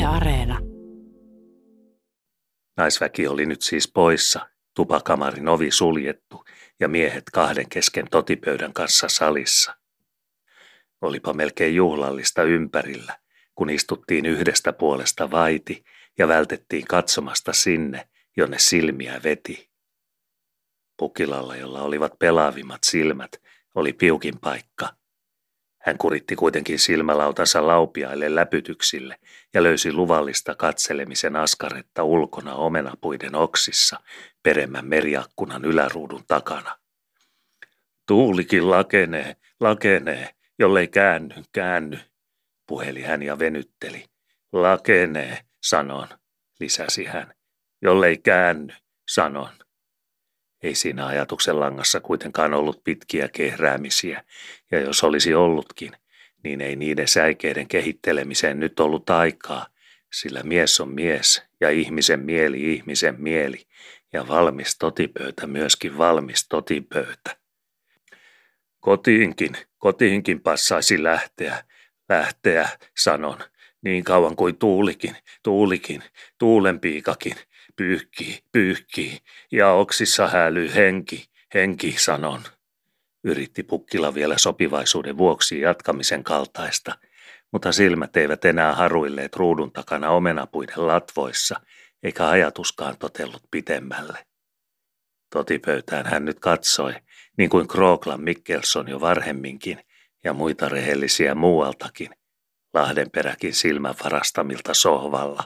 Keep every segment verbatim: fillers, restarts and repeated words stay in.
Areena. Naisväki oli nyt siis poissa, tupakamarin ovi suljettu ja miehet kahden kesken totipöydän kanssa salissa. Olipa melkein juhlallista ympärillä, kun istuttiin yhdestä puolesta vaiti ja vältettiin katsomasta sinne, jonne silmiä veti. Pukkilalla, jolla olivat pelaavimmat silmät, oli piukin paikka. Hän kuritti kuitenkin silmälautansa laupiaille läpytyksille ja löysi luvallista katselemisen askaretta ulkona omenapuiden oksissa peremmän meriakkunan yläruudun takana. Tuulikin lakenee, lakenee, jollei käänny, käänny, puheli hän ja venytteli. Lakenee, sanon, lisäsi hän. Jollei käänny, sanon. Ei siinä ajatuksen langassa kuitenkaan ollut pitkiä kehräämisiä, ja jos olisi ollutkin, niin ei niiden säikeiden kehittelemiseen nyt ollut aikaa, sillä mies on mies ja ihmisen mieli ihmisen mieli, ja valmis totipöytä myöskin valmis totipöytä. Kotiinkin, kotiinkin passaisi lähteä, lähteä, sanon, niin kauan kuin tuulikin, tuulikin, tuulenpiikakin, pyyhkii, pyyhkii, ja oksissa häälyy henki, henki, sanon. Yritti Pukkila vielä sopivaisuuden vuoksi jatkamisen kaltaista, mutta silmät eivät enää haruilleet ruudun takana omenapuiden latvoissa, eikä ajatuskaan totellut pitemmälle. Totipöytään hän nyt katsoi, niin kuin Krooklan Mikkelson jo varhemminkin, ja muita rehellisiä muualtakin, Lahdenperäkin silmän varastamilta sohvalla.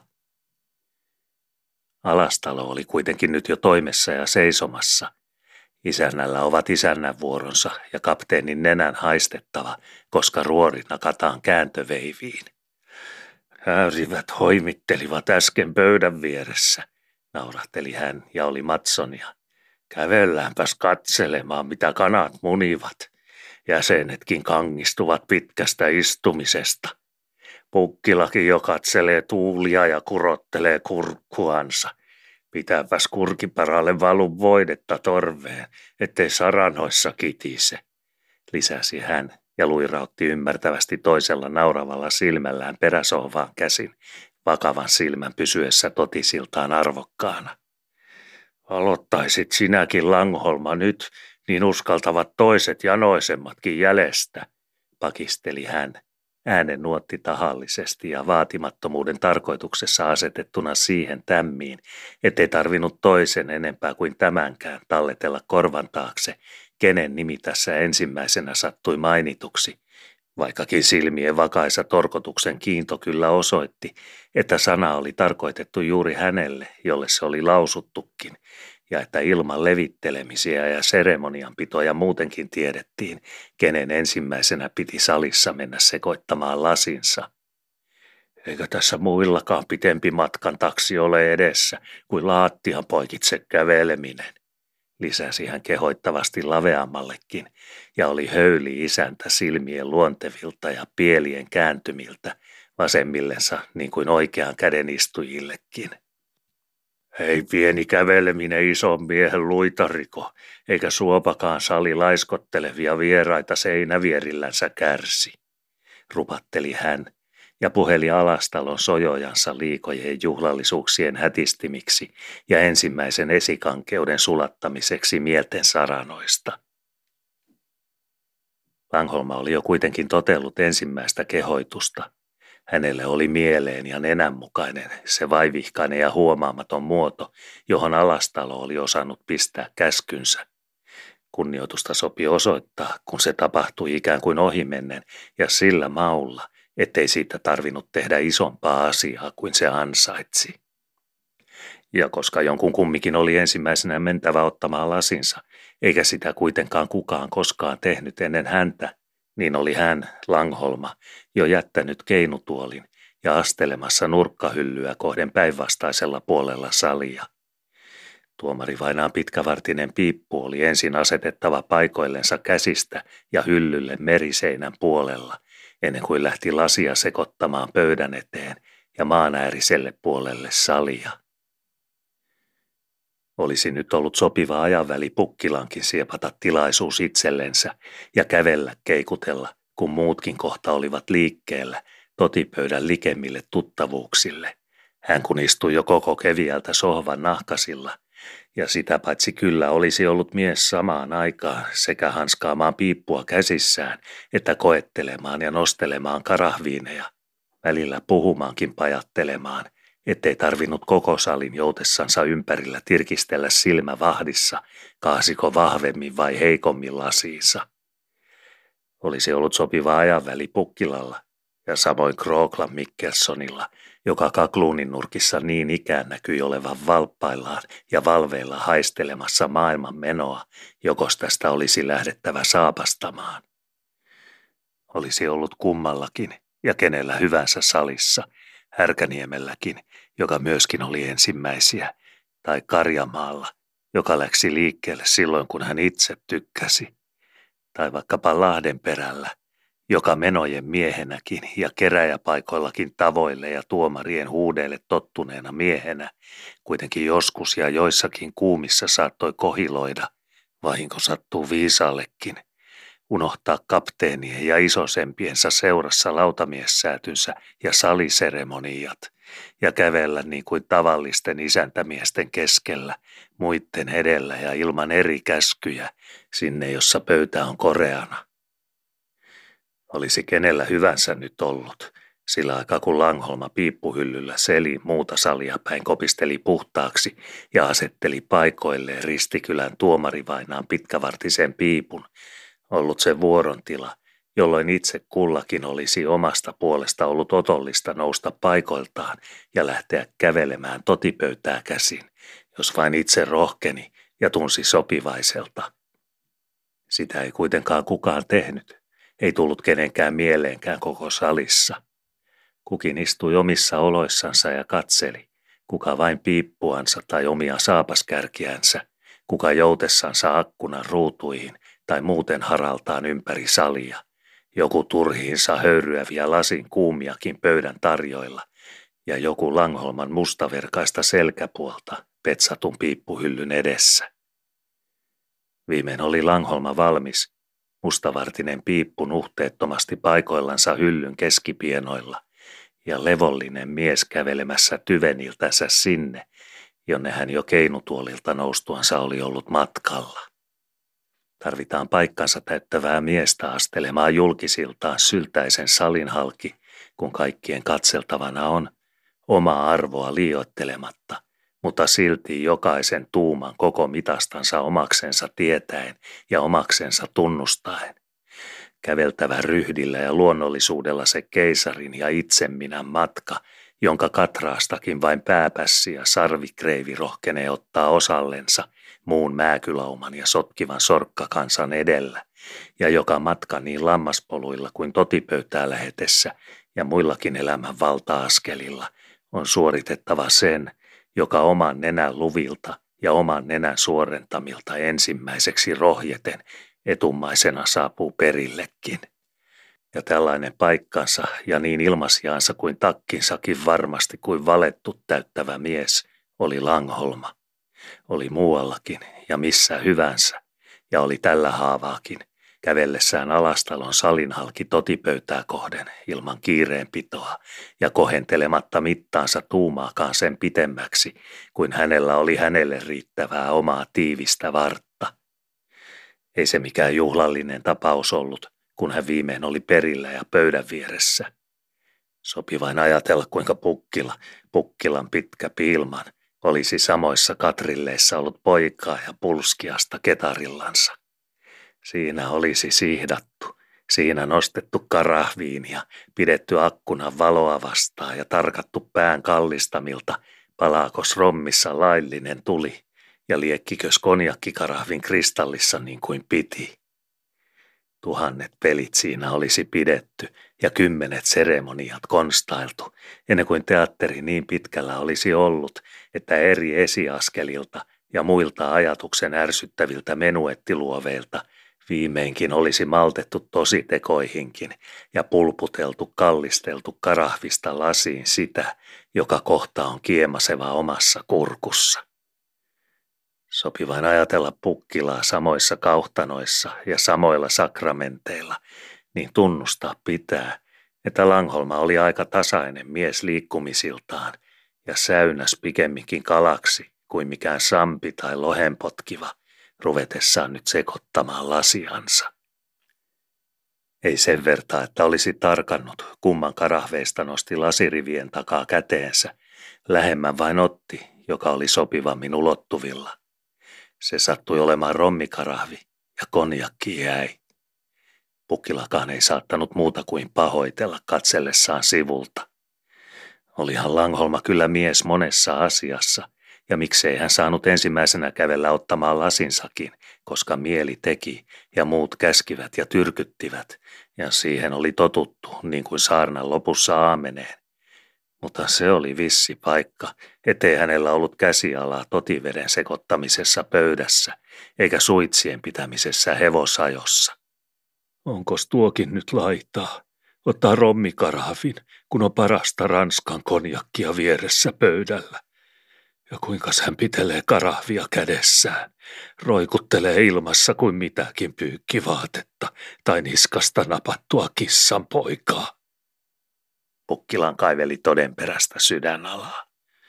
Alastalo oli kuitenkin nyt jo toimessa ja seisomassa. Isännällä ovat isännän vuoronsa ja kapteenin nenän haistettava, koska ruori nakataan kääntöveiviin. Häyrivät hoimittelivat äsken pöydän vieressä, naurahteli hän ja oli Matsonia. Kävelläänpäs katselemaan, mitä kanat munivat. Jäsenetkin kangistuvat pitkästä istumisesta. Pukkilakin jo katselee tuulia ja kurottelee kurkkuansa. Pitääpäs kurkiparalle valu voidetta torveen, ettei saranoissa kitise, lisäsi hän ja luirautti ymmärtävästi toisella nauravalla silmällään peräsohvaan käsin, vakavan silmän pysyessä totisiltaan arvokkaana. Aloittaisit sinäkin, Langholma, nyt, niin uskaltavat toiset janoisemmatkin jäljestä, pakisteli hän. Äänen nuotti tahallisesti ja vaatimattomuuden tarkoituksessa asetettuna siihen tämmiin, ettei tarvinnut toisen enempää kuin tämänkään talletella korvan taakse, kenen nimi tässä ensimmäisenä sattui mainituksi, vaikkakin silmien vakaisa torkotuksen kiinto kyllä osoitti, että sana oli tarkoitettu juuri hänelle, jolle se oli lausuttukin, ja että ilman levittelemisiä ja seremonianpitoja muutenkin tiedettiin, kenen ensimmäisenä piti salissa mennä sekoittamaan lasinsa. Eikä tässä muillakaan pitempi matkan taksi ole edessä kuin laattian poikitse käveleminen, lisäsi hän kehoittavasti laveammallekin, ja oli höyli isäntä silmien luontevilta ja pielien kääntymiltä vasemmillensa niin kuin oikean käden istujillekin. Ei pieni käveleminen ison miehen luitariko, eikä suopakaan sali laiskottelevia vieraita seinävierillänsä kärsi, rupatteli hän ja puheli Alastalon sojojansa liikojen juhlallisuuksien hätistimiksi ja ensimmäisen esikankeuden sulattamiseksi mielten saranoista. Langholma oli jo kuitenkin totellut ensimmäistä kehoitusta. Hänelle oli mieleen ja nenänmukainen se vaivihkainen ja huomaamaton muoto, johon Alastalo oli osannut pistää käskynsä. Kunnioitusta sopi osoittaa, kun se tapahtui ikään kuin ohimennen ja sillä maulla, ettei siitä tarvinnut tehdä isompaa asiaa kuin se ansaitsi. Ja koska jonkun kummikin oli ensimmäisenä mentävä ottamaan lasinsa, eikä sitä kuitenkaan kukaan koskaan tehnyt ennen häntä, niin oli hän, Langholma, jo jättänyt keinutuolin ja astelemassa nurkkahyllyä kohden päinvastaisella puolella salia. Tuomari Vainaan pitkävartinen piippu oli ensin asetettava paikoillensa käsistä ja hyllylle meriseinän puolella, ennen kuin lähti lasia sekoittamaan pöydän eteen ja maanääriselle puolelle salia. Olisi nyt ollut sopiva ajanväli Pukkilankin siepata tilaisuus itsellensä ja kävellä keikutella, kun muutkin kohta olivat liikkeellä, totipöydän likemmille tuttavuuksille. Hän kun istui jo koko keviältä sohvan nahkasilla, ja sitä paitsi kyllä olisi ollut mies samaan aikaan sekä hanskaamaan piippua käsissään, että koettelemaan ja nostelemaan karahviineja, välillä puhumaankin pajattelemaan, ettei tarvinnut koko salin joutessansa ympärillä tirkistellä silmä vahdissa, kaasiko vahvemmin vai heikommin lasiinsa. Olisi ollut sopiva ajanväli Pukkilalla ja samoin Krooklan Mikkelsonilla, joka kakluunin nurkissa niin ikään näkyi olevan valppaillaan ja valveilla haistelemassa maailman menoa, jokos tästä olisi lähdettävä saapastamaan. Olisi ollut kummallakin ja kenellä hyvänsä salissa, Härkäniemelläkin, joka myöskin oli ensimmäisiä, tai Karjamaalla, joka läksi liikkeelle silloin, kun hän itse tykkäsi, tai vaikkapa Lahdenperällä, joka menojen miehenäkin ja keräjäpaikoillakin tavoille ja tuomarien huudeille tottuneena miehenä, kuitenkin joskus ja joissakin kuumissa saattoi kohiloida, vahinko sattuu viisaallekin, unohtaa kapteenien ja isosempiensa seurassa lautamiessäätynsä ja saliseremoniat ja kävellä niin kuin tavallisten isäntämiesten keskellä, muitten edellä ja ilman eri käskyjä, sinne jossa pöytä on koreana. Olisi kenellä hyvänsä nyt ollut, sillä aikaa kun Langholma piippuhyllyllä seli muuta salia päin kopisteli puhtaaksi ja asetteli paikoilleen Ristikylän tuomarivainaan pitkävartisen piipun, ollut se vuorontila, jolloin itse kullakin olisi omasta puolesta ollut otollista nousta paikoiltaan ja lähteä kävelemään totipöytää käsin, jos vain itse rohkeni ja tunsi sopivaiselta. Sitä ei kuitenkaan kukaan tehnyt. Ei tullut kenenkään mieleenkään koko salissa. Kukin istui omissa oloissansa ja katseli, kuka vain piippuansa tai omia saapaskärkiänsä, kuka joutessansa akkunan ruutuihin tai muuten haraltaan ympäri salia, joku turhiinsa höyryäviä lasin kuumiakin pöydän tarjoilla ja joku Langholman mustaverkaista selkäpuolta petsatun piippuhyllyn edessä. Viimein oli Langholma valmis, mustavartinen piippu nuhteettomasti paikoillansa hyllyn keskipienoilla ja levollinen mies kävelemässä tyveniltänsä sinne, jonne hän jo keinutuolilta noustuansa oli ollut matkalla. Tarvitaan paikkansa täyttävää miestä astelemaan julkisiltaan syltäisen salin halki, kun kaikkien katseltavana on, omaa arvoa liioittelematta, mutta silti jokaisen tuuman koko mitastansa omaksensa tietäen ja omaksensa tunnustaen. Käveltävä ryhdillä ja luonnollisuudella se keisarin ja itsemminän matka, jonka katraastakin vain pääpässi ja sarvikreivi rohkenee ottaa osallensa muun määkylauman ja sotkivan sorkkakansan edellä, ja joka matka niin lammaspoluilla kuin totipöytää lähetessä ja muillakin elämän valta-askelilla on suoritettava sen, joka oman nenän luvilta ja oman nenän suorentamilta ensimmäiseksi rohjeten etumaisena saapuu perillekin. Ja tällainen paikkansa ja niin ilmasiaansa kuin takkinsakin varmasti kuin valettu täyttävä mies oli Langholma. Oli muuallakin ja missä hyvänsä ja oli tällä haavaakin kävellessään Alastalon salin halki totipöytää kohden ilman kiireenpitoa ja kohentelematta mittaansa tuumaakaan sen pitemmäksi, kuin hänellä oli hänelle riittävää omaa tiivistä vartta. Ei se mikään juhlallinen tapaus ollut, kun hän viimein oli perillä ja pöydän vieressä. Sopi vain ajatella, kuinka Pukkila, Pukkilan pitkä piilman, olisi samoissa katrilleissa ollut poikaa ja pulskiasta ketarillansa. Siinä olisi siihdattu, siinä nostettu karahviinia, pidetty akkunan valoa vastaan ja tarkattu pään kallistamilta, palaakos rommissa laillinen tuli ja liekkikös konjakkikarahvin kristallissa niin kuin piti. Tuhannet pelit siinä olisi pidetty ja kymmenet seremoniat konstailtu, ennen kuin teatteri niin pitkällä olisi ollut, että eri esiaskelilta ja muilta ajatuksen ärsyttäviltä menuettiluoveilta viimeinkin olisi maltettu tositekoihinkin ja pulputeltu kallisteltu karahvista lasiin sitä, joka kohta on kiemaseva omassa kurkussa. Sopi vain ajatella Pukkilaa samoissa kauhtanoissa ja samoilla sakramenteilla, niin tunnustaa pitää, että Langholma oli aika tasainen mies liikkumisiltaan ja säynäs pikemminkin kalaksi kuin mikään sampi tai lohenpotkiva ruvetessaan nyt sekoittamaan lasiansa. Ei sen vertaa, että olisi tarkannut, kumman karahveista nosti lasirivien takaa käteensä, lähemmän vain otti, joka oli sopivammin ulottuvilla. Se sattui olemaan rommikarahvi ja konjakki jäi. Pukkilakaan ei saattanut muuta kuin pahoitella katsellessaan sivulta. Olihan Langholma kyllä mies monessa asiassa, ja miksei hän saanut ensimmäisenä kävellä ottamaan lasinsakin, koska mieli teki ja muut käskivät ja tyrkyttivät, ja siihen oli totuttu niin kuin saarnan lopussa aameneen. Mutta se oli vissi paikka, ettei hänellä ollut käsialaa totiveden sekoittamisessa pöydässä, eikä suitsien pitämisessä hevosajossa. Onkos tuokin nyt laitaa? Ottaa rommikarahvin, kun on parasta Ranskan konjakkia vieressä pöydällä. Ja kuinka hän pitelee karahvia kädessään, roikuttelee ilmassa kuin mitäkin pyykkivaatetta tai niskasta napattua kissan poikaa. Pukkilan kaiveli todenperäistä sydänalaa.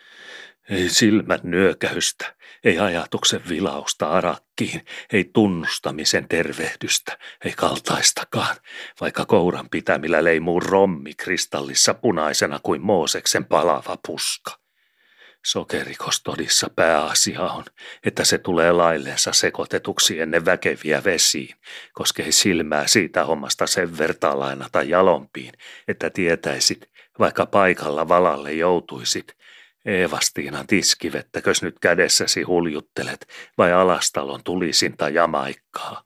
Ei silmän nyökäystä, ei ajatuksen vilausta arakkiin, ei tunnustamisen tervehdystä, ei kaltaistakaan, vaikka kouran pitämillä leimuu rommi kristallissa punaisena kuin Mooseksen palava puska. Sokerikostodissa pääasia on, että se tulee lailleensa sekoitetuksi ennen väkeviä vesiin, koska ei silmää siitä hommasta sen vertaa lainata jalompiin, että tietäisit, vaikka paikalla valalle joutuisit, Eevastiinan tiskivettäkös nyt kädessäsi huljuttelet vai Alastalon tulisinta Jamaikkaa?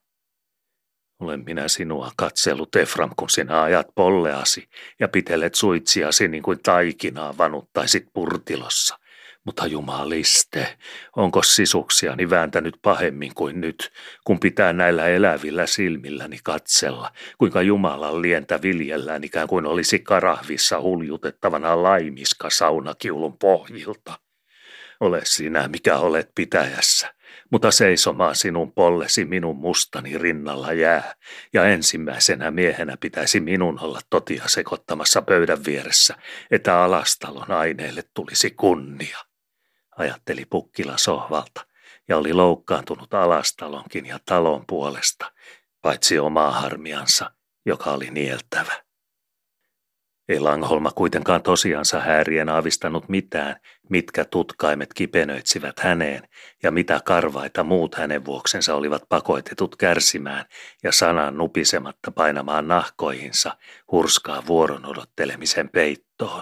Olen minä sinua katsellut, Efram, kun sinä ajat polleasi ja pitelet suitsiasi niin kuin taikinaa vanuttaisit purtilossa. Mutta jumaliste, onko sisuksiani vääntänyt pahemmin kuin nyt, kun pitää näillä elävillä silmilläni katsella, kuinka Jumalan lientä viljellään ikään kuin olisi karahvissa huljutettavana laimiska saunakiulun pohjilta. Ole sinä, mikä olet pitäjässä, mutta seisomaan sinun pollesi minun mustani rinnalla jää, ja ensimmäisenä miehenä pitäisi minun olla totia sekoittamassa pöydän vieressä, että Alastalon aineelle tulisi kunnia. Ajatteli Pukkila sohvalta ja oli loukkaantunut Alastalonkin ja talon puolesta, paitsi omaa harmiansa, joka oli nieltävä. Ei Langholma kuitenkaan tosiansa häärien aavistanut mitään, mitkä tutkaimet kipenöitsivät häneen ja mitä karvaita muut hänen vuoksensa olivat pakotetut kärsimään ja sanan nupisematta painamaan nahkoihinsa hurskaa vuoron odottelemisen peittoon.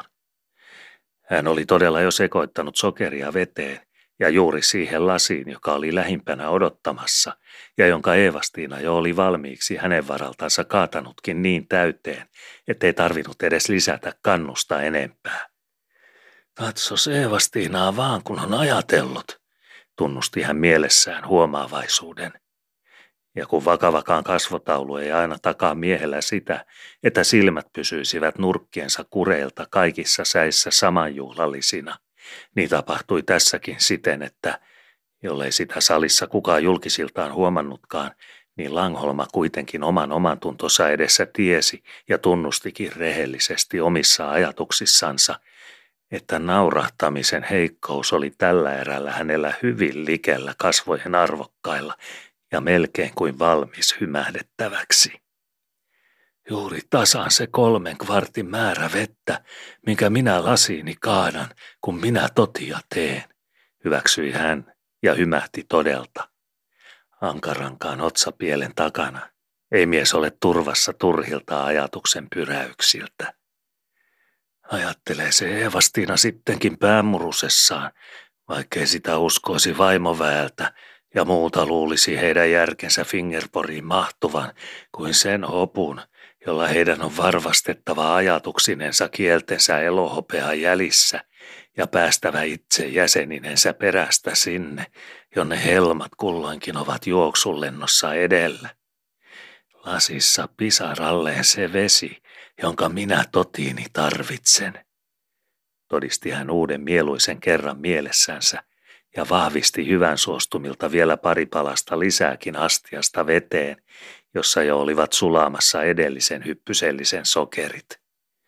Hän oli todella jo sekoittanut sokeria veteen ja juuri siihen lasiin, joka oli lähimpänä odottamassa ja jonka Eevastiina jo oli valmiiksi hänen varaltansa kaatanutkin niin täyteen, ettei tarvinnut edes lisätä kannusta enempää. Katsos Eevastiinaa vaan, kun on ajatellut, tunnusti hän mielessään huomaavaisuuden. Ja kun vakavakaan kasvotaulu ei aina takaa miehellä sitä, että silmät pysyisivät nurkkiensa kureilta kaikissa säissä samanjuhlallisina, niin tapahtui tässäkin siten, että jollei sitä salissa kukaan julkisiltaan huomannutkaan, niin Langholma kuitenkin oman omantuntonsa edessä tiesi ja tunnustikin rehellisesti omissa ajatuksissansa, että naurahtamisen heikkous oli tällä erällä hänellä hyvin likellä kasvojen arvokkailla ja melkein kuin valmis hymähdettäväksi. Juuri tasan se kolmen kvartin määrä vettä, minkä minä lasiini kaadan, kun minä totia teen, hyväksyi hän ja hymähti todelta. Ankarankaan otsapielen takana ei mies ole turvassa turhilta ajatuksen pyräyksiltä. Ajattelee se Eevastiina sittenkin päämurusessaan, vaikkei sitä uskoisi vaimoväeltä ja muuta luulisi heidän järkensä Fingerporiin mahtuvan kuin sen hopun, jolla heidän on varvastettava ajatuksinensa kieltensä elohopean jälissä ja päästävä itse jäseninensä perästä sinne, jonne helmat kulloinkin ovat juoksulennossa edellä. Lasissa pisaralleen se vesi, jonka minä totiini tarvitsen. Todisti hän uuden mieluisen kerran mielessänsä ja vahvisti hyvän suostumilta vielä pari palasta lisääkin astiasta veteen, jossa jo olivat sulamassa edellisen hyppysellisen sokerit.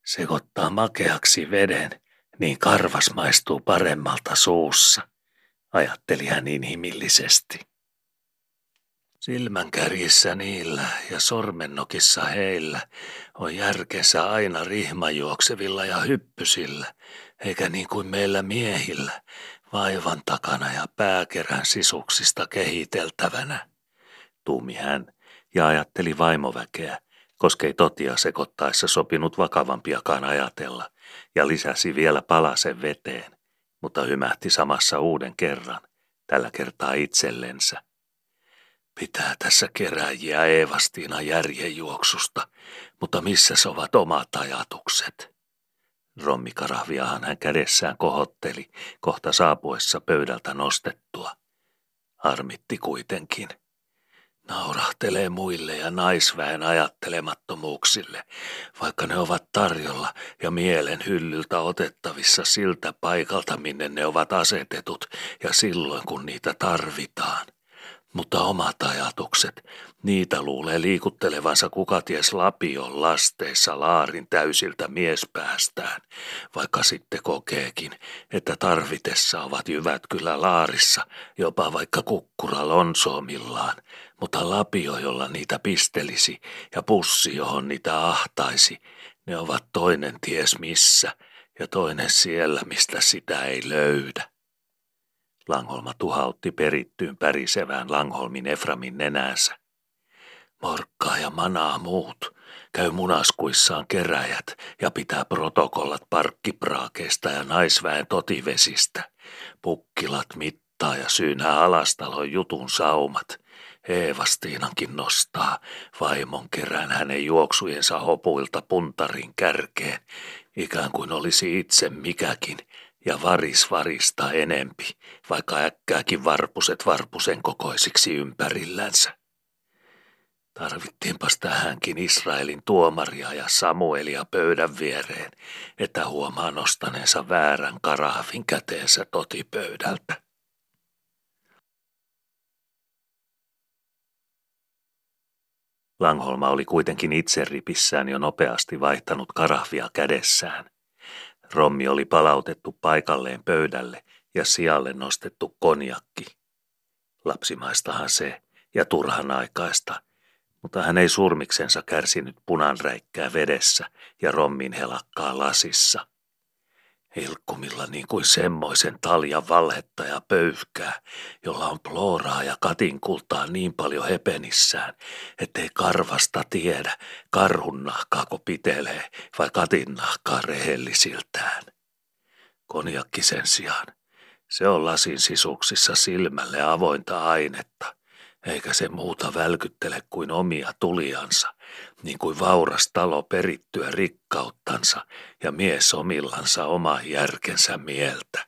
Sekoittaa makeaksi veden, niin karvas maistuu paremmalta suussa, ajatteli hän inhimillisesti. Silmänkärjissä niillä ja sormennokissa heillä on järkensä aina rihmajuoksevilla ja hyppysillä, eikä niin kuin meillä miehillä, vaivan takana ja pääkerän sisuksista kehiteltävänä. Tuumi hän ja ajatteli vaimoväkeä, koska ei totia sekoittaessa sopinut vakavampiakaan ajatella, ja lisäsi vielä palasen veteen, mutta hymähti samassa uuden kerran, tällä kertaa itsellensä. Pitää tässä kerääjiä Eevastiina järjenjuoksusta, mutta missäs ovat omat ajatukset? Rommikarahviahan hän kädessään kohotteli kohta saapuessa pöydältä nostettua. Harmitti kuitenkin. Naurahtelee muille ja naisväen ajattelemattomuuksille, vaikka ne ovat tarjolla ja mielen hyllyltä otettavissa siltä paikalta, minne ne ovat asetetut ja silloin, kun niitä tarvitaan. Mutta omat ajatukset, niitä luulee liikuttelevansa kukaties lapion lasteissa laarin täysiltä miespäästään, vaikka sitten kokeekin, että tarvitessa ovat jyvät kyllä laarissa, jopa vaikka kukkura lonsoomillaan, mutta lapio, jolla niitä pistelisi, ja pussi, johon niitä ahtaisi, ne ovat toinen ties missä ja toinen siellä, mistä sitä ei löydä. Langholma tuhautti perittyyn pärisevään Langholmin Eframin nenänsä. Morkkaa ja manaa muut, käy munaskuissaan keräjät ja pitää protokollat parkkipraakeista ja naisväen totivesistä. Pukkilat mittaa ja syynää alastalon jutun saumat. Eevastiinankin nostaa vaimon kerään hänen juoksujensa hopuilta puntarin kärkeen, ikään kuin olisi itse mikäkin, ja varis varista enempi, vaikka äkkääkin varpuset varpusen kokoisiksi ympärillänsä. Tarvittiinpas tähänkin Israelin tuomaria ja Samuelia pöydän viereen, että huomaa nostaneensa väärän karahvin käteensä totipöydältä. Langholma oli kuitenkin itse ripissään jo nopeasti vaihtanut karahvia kädessään. Rommi oli palautettu paikalleen pöydälle ja sijalle nostettu konjakki. Lapsimaistahan se ja turhan aikaista, mutta hän ei surmiksensa kärsinyt punanräikkää vedessä ja rommin helakkaa lasissa. Hilkkumilla niin kuin semmoisen taljan valhetta ja pöyhkää, jolla on plooraa ja katinkultaa niin paljon hepenissään, ettei karvasta tiedä, karhun nahkaako pitelee vai katin nahkaa rehellisiltään. Konjakki sen sijaan, se on lasin sisuksissa silmälle avointa ainetta, eikä se muuta välkyttele kuin omia tuliansa, niin kuin vauras talo perittyä rikkauttansa ja mies omillansa oma järkensä mieltä.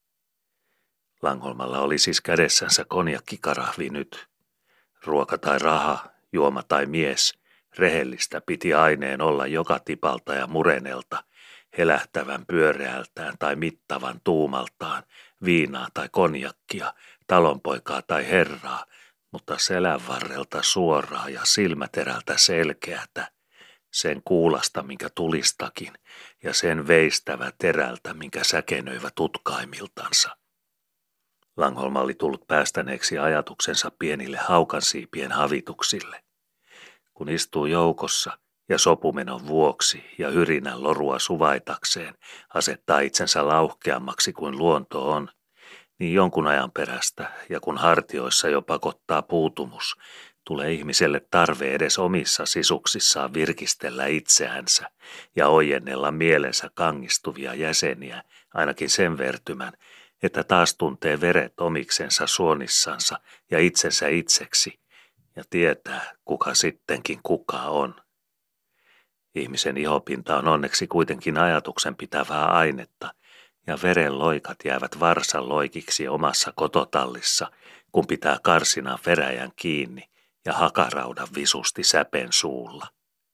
Langholmalla oli siis kädessänsä konjakkikarahvi nyt. Ruoka tai raha, juoma tai mies, rehellistä piti aineen olla joka tipalta ja murenelta, helähtävän pyöreältään tai mittavan tuumaltaan, viinaa tai konjakkia, talonpoikaa tai herraa, mutta selän varrelta suoraa ja silmäterältä selkeätä, sen kuulasta, minkä tulistakin, ja sen veistävä terältä, minkä säkenöivä tutkaimiltansa. Langholma oli tullut päästäneeksi ajatuksensa pienille haukansiipien havituksille. Kun istuu joukossa ja sopumenon vuoksi ja hyrinän lorua suvaitakseen asettaa itsensä lauhkeammaksi kuin luonto on, niin jonkun ajan perästä, ja kun hartioissa jo pakottaa puutumus, tulee ihmiselle tarve edes omissa sisuksissaan virkistellä itseänsä ja ojennella mielensä kangistuvia jäseniä, ainakin sen vertymän, että taas tuntee veret omiksensa suonissansa ja itsensä itseksi, ja tietää, kuka sittenkin kuka on. Ihmisen ihopinta on onneksi kuitenkin ajatuksen pitävää ainetta, ja verenloikat jäävät varsan loikiksi omassa kototallissa, kun pitää karsinan veräjän kiinni ja hakaraudan visusti säpen suulla.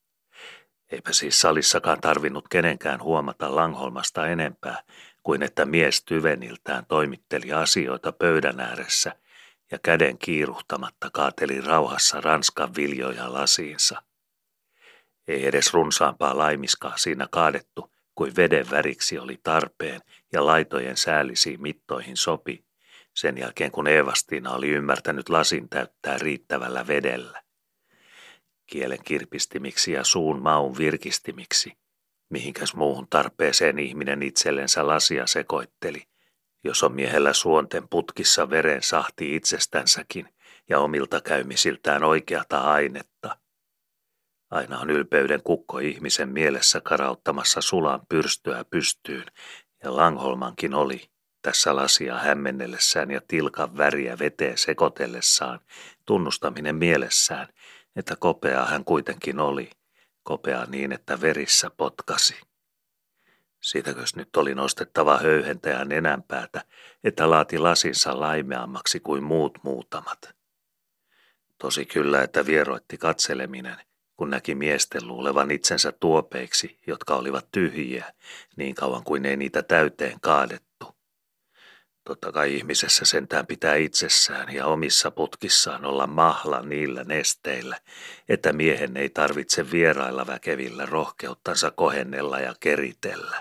Eipä siis salissakaan tarvinnut kenenkään huomata Langholmasta enempää, kuin että mies tyveniltään toimitteli asioita pöydän ääressä ja käden kiiruhtamatta kaateli rauhassa ranskan viljoja lasiinsa. Ei edes runsaampaa laimiskaa siinä kaadettu, kuin veden väriksi oli tarpeen ja laitojen säällisiin mittoihin sopi, sen jälkeen kun Eevastiina oli ymmärtänyt lasin täyttää riittävällä vedellä. Kielen kirpistimiksi ja suun maun virkistimiksi, mihinkäs muuhun tarpeeseen ihminen itsellensä lasia sekoitteli, jos on miehellä suonten putkissa veren sahti itsestänsäkin ja omilta käymisiltään oikeata ainetta. Aina on ylpeyden kukko ihmisen mielessä karauttamassa sulan pyrstöä pystyyn, ja Langholmankin oli, tässä lasia hämmennellessään ja tilkan väriä veteen sekoitellessaan, tunnustaminen mielessään, että kopea hän kuitenkin oli, kopea niin, että verissä potkasi. Siitäkös nyt oli nostettava höyhentäjä nenänpäätä, että laati lasinsa laimeammaksi kuin muut muutamat. Tosi kyllä, että vieroitti katseleminen, kun näki miesten luulevan itsensä tuopeiksi, jotka olivat tyhjiä, niin kauan kuin ei niitä täyteen kaadettu. Totta kai ihmisessä sentään pitää itsessään ja omissa putkissaan olla mahla niillä nesteillä, että miehen ei tarvitse vierailla väkevillä rohkeuttansa kohennella ja keritellä.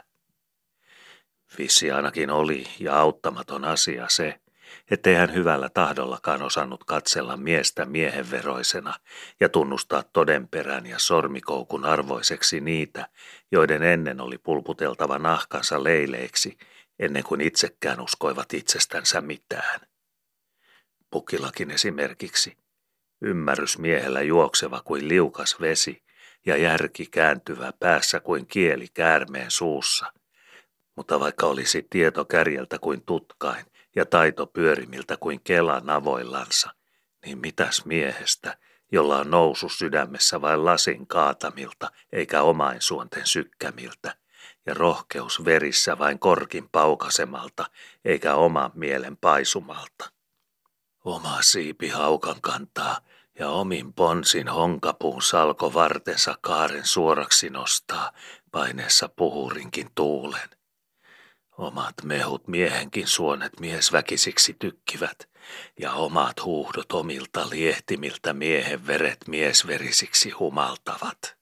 Vissi ainakin oli ja auttamaton asia se, ettei hän hyvällä tahdollakaan osannut katsella miestä miehenveroisena ja tunnustaa todenperän ja sormikoukun arvoiseksi niitä, joiden ennen oli pulputeltava nahkansa leileiksi, ennen kuin itsekään uskoivat itsestänsä mitään. Pukilakin esimerkiksi, ymmärrys miehellä juokseva kuin liukas vesi ja järki kääntyvä päässä kuin kieli käärmeen suussa. Mutta vaikka olisi tieto kärjeltä kuin tutkain ja taito pyörimiltä kuin kela navoillansa, niin mitäs miehestä, jolla on nousu sydämessä vain lasin kaatamilta eikä omainsuonten sykkämiltä, ja rohkeus verissä vain korkin paukasemalta eikä oman mielen paisumalta. Oma siipi haukan kantaa ja omin ponsin honkapuun salko vartensa kaaren suoraksi nostaa paineessa puhurinkin tuulen. Omat mehut miehenkin suonet miesväkisiksi tykkivät, ja omat huuhdot omilta liehtimiltä miehen veret miesverisiksi humaltavat.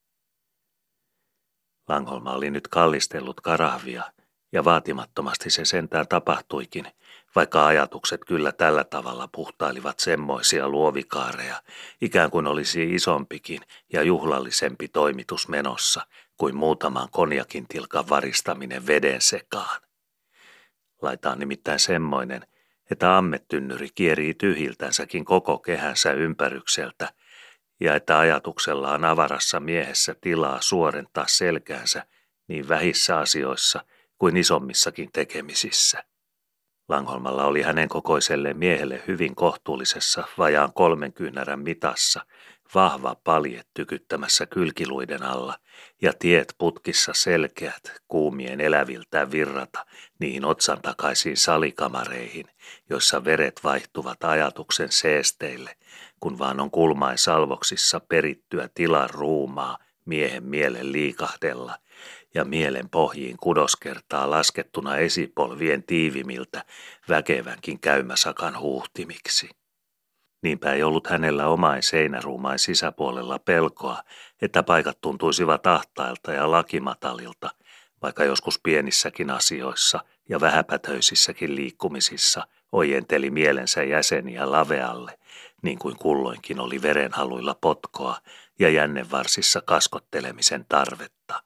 Langholma oli nyt kallistellut karahvia, ja vaatimattomasti se sentään tapahtuikin, vaikka ajatukset kyllä tällä tavalla puhtailivat semmoisia luovikaareja, ikään kuin olisi isompikin ja juhlallisempi toimitus menossa kuin muutaman konjakin tilkan varistaminen veden sekaan. Laita on nimittäin semmoinen, että ammettynnyri kierii tyhjiltänsäkin koko kehänsä ympärykseltä, ja että ajatuksella on avarassa miehessä tilaa suorentaa selkäänsä niin vähissä asioissa kuin isommissakin tekemisissä. Langholmalla oli hänen kokoiselle miehelle hyvin kohtuullisessa vajaan kolmen kyynärän mitassa vahva palje tykyttämässä kylkiluiden alla ja tiet putkissa selkeät kuumien eläviltään virrata niihin otsan takaisiin salikamareihin, joissa veret vaihtuvat ajatuksen seesteille, kun vaan on kulmain salvoksissa perittyä tilan ruumaa miehen mielen liikahdella ja mielen pohjiin kudoskertaa laskettuna esipolvien tiivimiltä väkevänkin käymäsakan huuhtimiksi. Niinpä ei ollut hänellä omain seinäruumain sisäpuolella pelkoa, että paikat tuntuisivat ahtailta ja lakimatalilta, vaikka joskus pienissäkin asioissa ja vähäpätöisissäkin liikkumisissa ojenteli mielensä jäseniä lavealle, niin kuin kulloinkin oli verenhaluilla potkoa ja jännevarsissa kaskottelemisen tarvetta.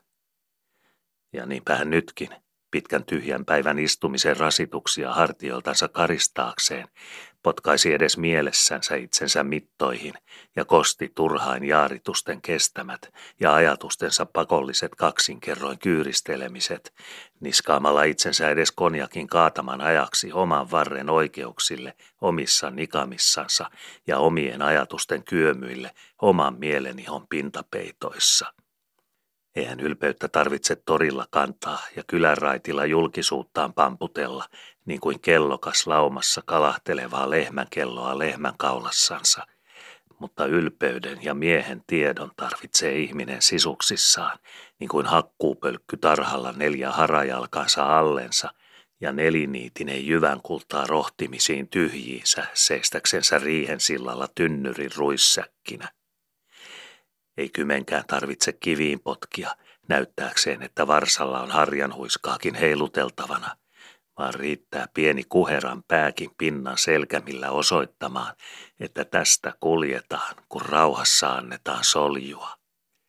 Ja niinpä hän nytkin, pitkän tyhjän päivän istumisen rasituksia hartioiltansa karistaakseen, potkaisi edes mielessänsä itsensä mittoihin ja kosti turhain jaaritusten kestämät ja ajatustensa pakolliset kaksinkerroin kyyristelemiset, niskaamalla itsensä edes konjakin kaataman ajaksi oman varren oikeuksille omissa nikamissansa ja omien ajatusten kyömyille oman mielenihon pintapeitoissa. Eihän ylpeyttä tarvitse torilla kantaa ja kylänraitilla julkisuuttaan pamputella, niin kuin kellokas laumassa kalahtelevaa lehmänkelloa lehmän kaulassansa. Mutta ylpeyden ja miehen tiedon tarvitsee ihminen sisuksissaan, niin kuin hakkuupölkky tarhalla neljä harajalkansa allensa ja neliniitinen jyvän kultaa rohtimisiin tyhjiinsä seistäksensä riihen sillalla tynnyrin ruissäkkinä. Ei kymenkään tarvitse kiviin potkia näyttääkseen, että varsalla on harjanhuiskaakin heiluteltavana, vaan riittää pieni kuheran pääkin pinnan selkämillä osoittamaan, että tästä kuljetaan, kun rauhassa annetaan soljua.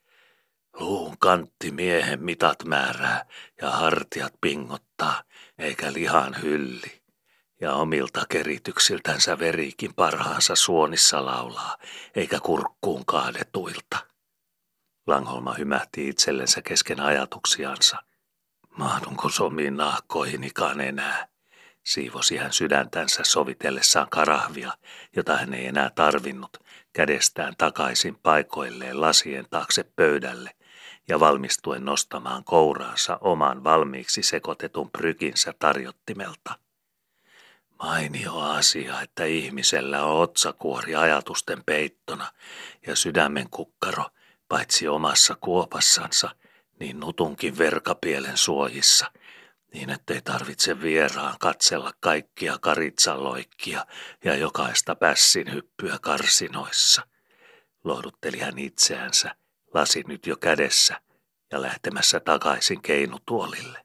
Luun kantti miehen mitat määrää ja hartiat pingottaa, eikä lihan hylli. Ja omilta kerityksiltänsä verikin parhaansa suonissa laulaa, eikä kurkkuun kaadetuilta. Langholma hymähti itsellensä kesken ajatuksiansa. Mahdunko somiin nahkoihinikaan enää? Siivosi hän sydäntänsä sovitellessaan karahvia, jota hän ei enää tarvinnut, kädestään takaisin paikoilleen lasien taakse pöydälle ja valmistuen nostamaan kouraansa oman valmiiksi sekoitetun prykinsä tarjottimelta. Mainio asia, että ihmisellä on otsakuori ajatusten peittona ja sydämen kukkaro, paitsi omassa kuopassansa, niin nutunkin verkapielen suojissa, niin ettei tarvitse vieraan katsella kaikkia karitsanloikkia ja jokaista pässin hyppyä karsinoissa. Lohdutteli hän itseänsä, lasi nyt jo kädessä ja lähtemässä takaisin keinutuolille.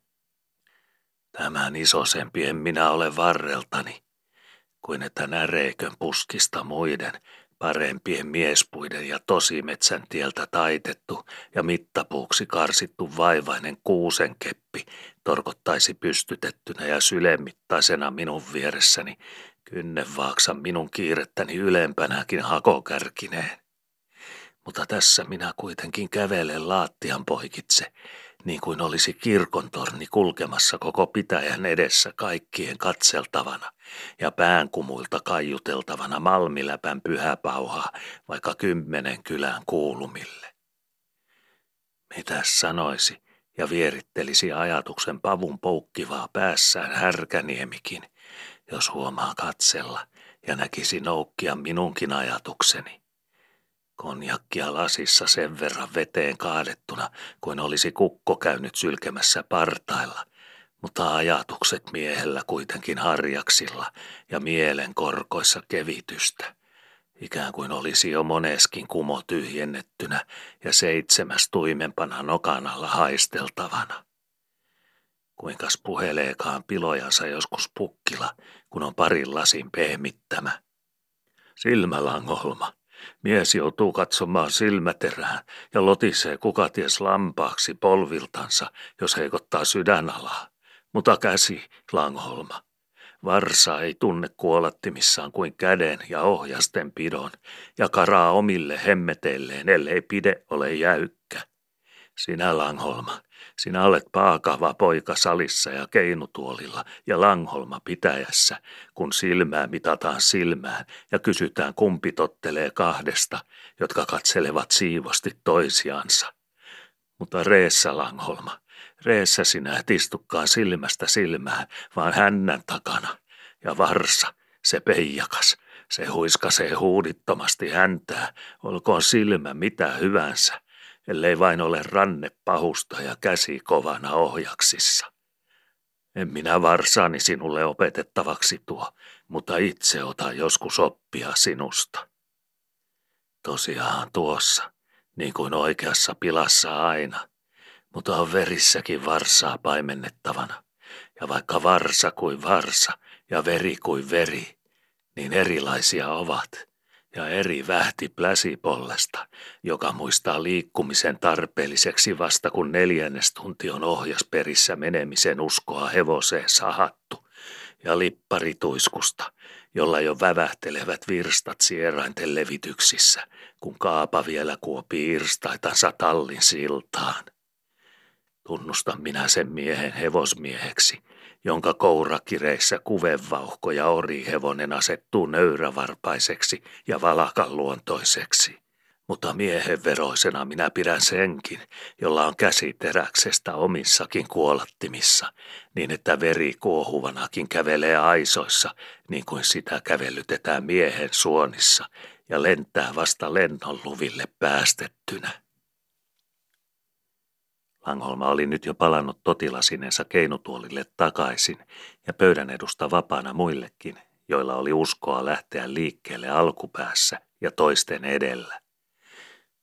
Tämän isosempi en minä ole varreltani, kuin että näreikön puskista muiden, parempien miespuiden ja tosimetsän tieltä taitettu ja mittapuuksi karsittu vaivainen kuusenkeppi torkottaisi pystytettynä ja sylemittaisena minun vieressäni, kynnenvaaksan minun kiirettäni ylempänäkin hakokärkineen. Mutta tässä minä kuitenkin kävelen laattian poikitse, niin kuin olisi kirkontorni kulkemassa koko pitäjän edessä kaikkien katseltavana ja päänkumuilta kaiuteltavana malmiläpän pyhäpauhaa vaikka kymmenen kylän kuulumille. Mitäs sanoisi ja vierittelisi ajatuksen pavun poukkivaa päässään Härkäniemikin, jos huomaa katsella ja näkisi noukkia minunkin ajatukseni. Konjakkia lasissa sen verran veteen kaadettuna, kuin olisi kukko käynyt sylkemässä partailla, mutta ajatukset miehellä kuitenkin harjaksilla ja mielen korkoissa kevitystä, ikään kuin olisi jo moneskin kumo tyhjennettynä ja seitsemäs tuimempana nokan alla haisteltavana. Kuinkas puheleekaan pilojansa joskus pukkila, kun on parin lasin pehmittämä. Silmälangholma. Mies joutuu katsomaan silmäterään ja lotisee kukaties lampaaksi polviltansa, jos heikottaa sydänalaa. Mutta käsi, Langholma. Varsa ei tunne kuolattimissaan kuin käden ja ohjasten pidon ja karaa omille hemmeteilleen, ellei pide ole jäykkä. Sinä, Langholma, sinä olet paakava poika salissa ja keinutuolilla ja Langholma pitäjässä, kun silmää mitataan silmään ja kysytään kumpi tottelee kahdesta, jotka katselevat siivosti toisiansa. Mutta reessä, Langholma, reessä sinä et istukaan silmästä silmään, vaan hännän takana. Ja Varsa, se peijakas, se huiskasee huudittomasti häntää, olkoon silmä mitä hyvänsä, ellei vain ole ranne pahusta ja käsi kovana ohjaksissa. En minä Varsaani sinulle opetettavaksi tuo, mutta itse ota joskus oppia sinusta. Tosiaan tuossa, niin kuin oikeassa pilassa aina, mutta on verissäkin Varsaa paimennettavana. Ja vaikka Varsa kuin Varsa ja veri kuin veri, niin erilaisia ovat. Ja eri vähti pläsipollesta, joka muistaa liikkumisen tarpeelliseksi vasta kun neljännestunti on ohjasperissä menemisen uskoa hevoseen sahattu, ja lipparituiskusta, jolla jo vävähtelevät virstat sierainten levityksissä, kun kaapa vielä kuopii irstaitansa tallin siltaan. Tunnustan minä sen miehen hevosmieheksi, jonka kourakireissä kuvevauhko ja orihevonen asettuu nöyrävarpaiseksi ja valakan luontoiseksi. Mutta miehenveroisena minä pidän senkin, jolla on käsi teräksestä omissakin kuolattimissa, niin että veri kuohuvanakin kävelee aisoissa, niin kuin sitä kävelytetään miehen suonissa, ja lentää vasta lennonluville päästettynä. Langholma oli nyt jo palannut totilasinensa keinutuolille takaisin ja pöydän edusta vapaana muillekin, joilla oli uskoa lähteä liikkeelle alkupäässä ja toisten edellä.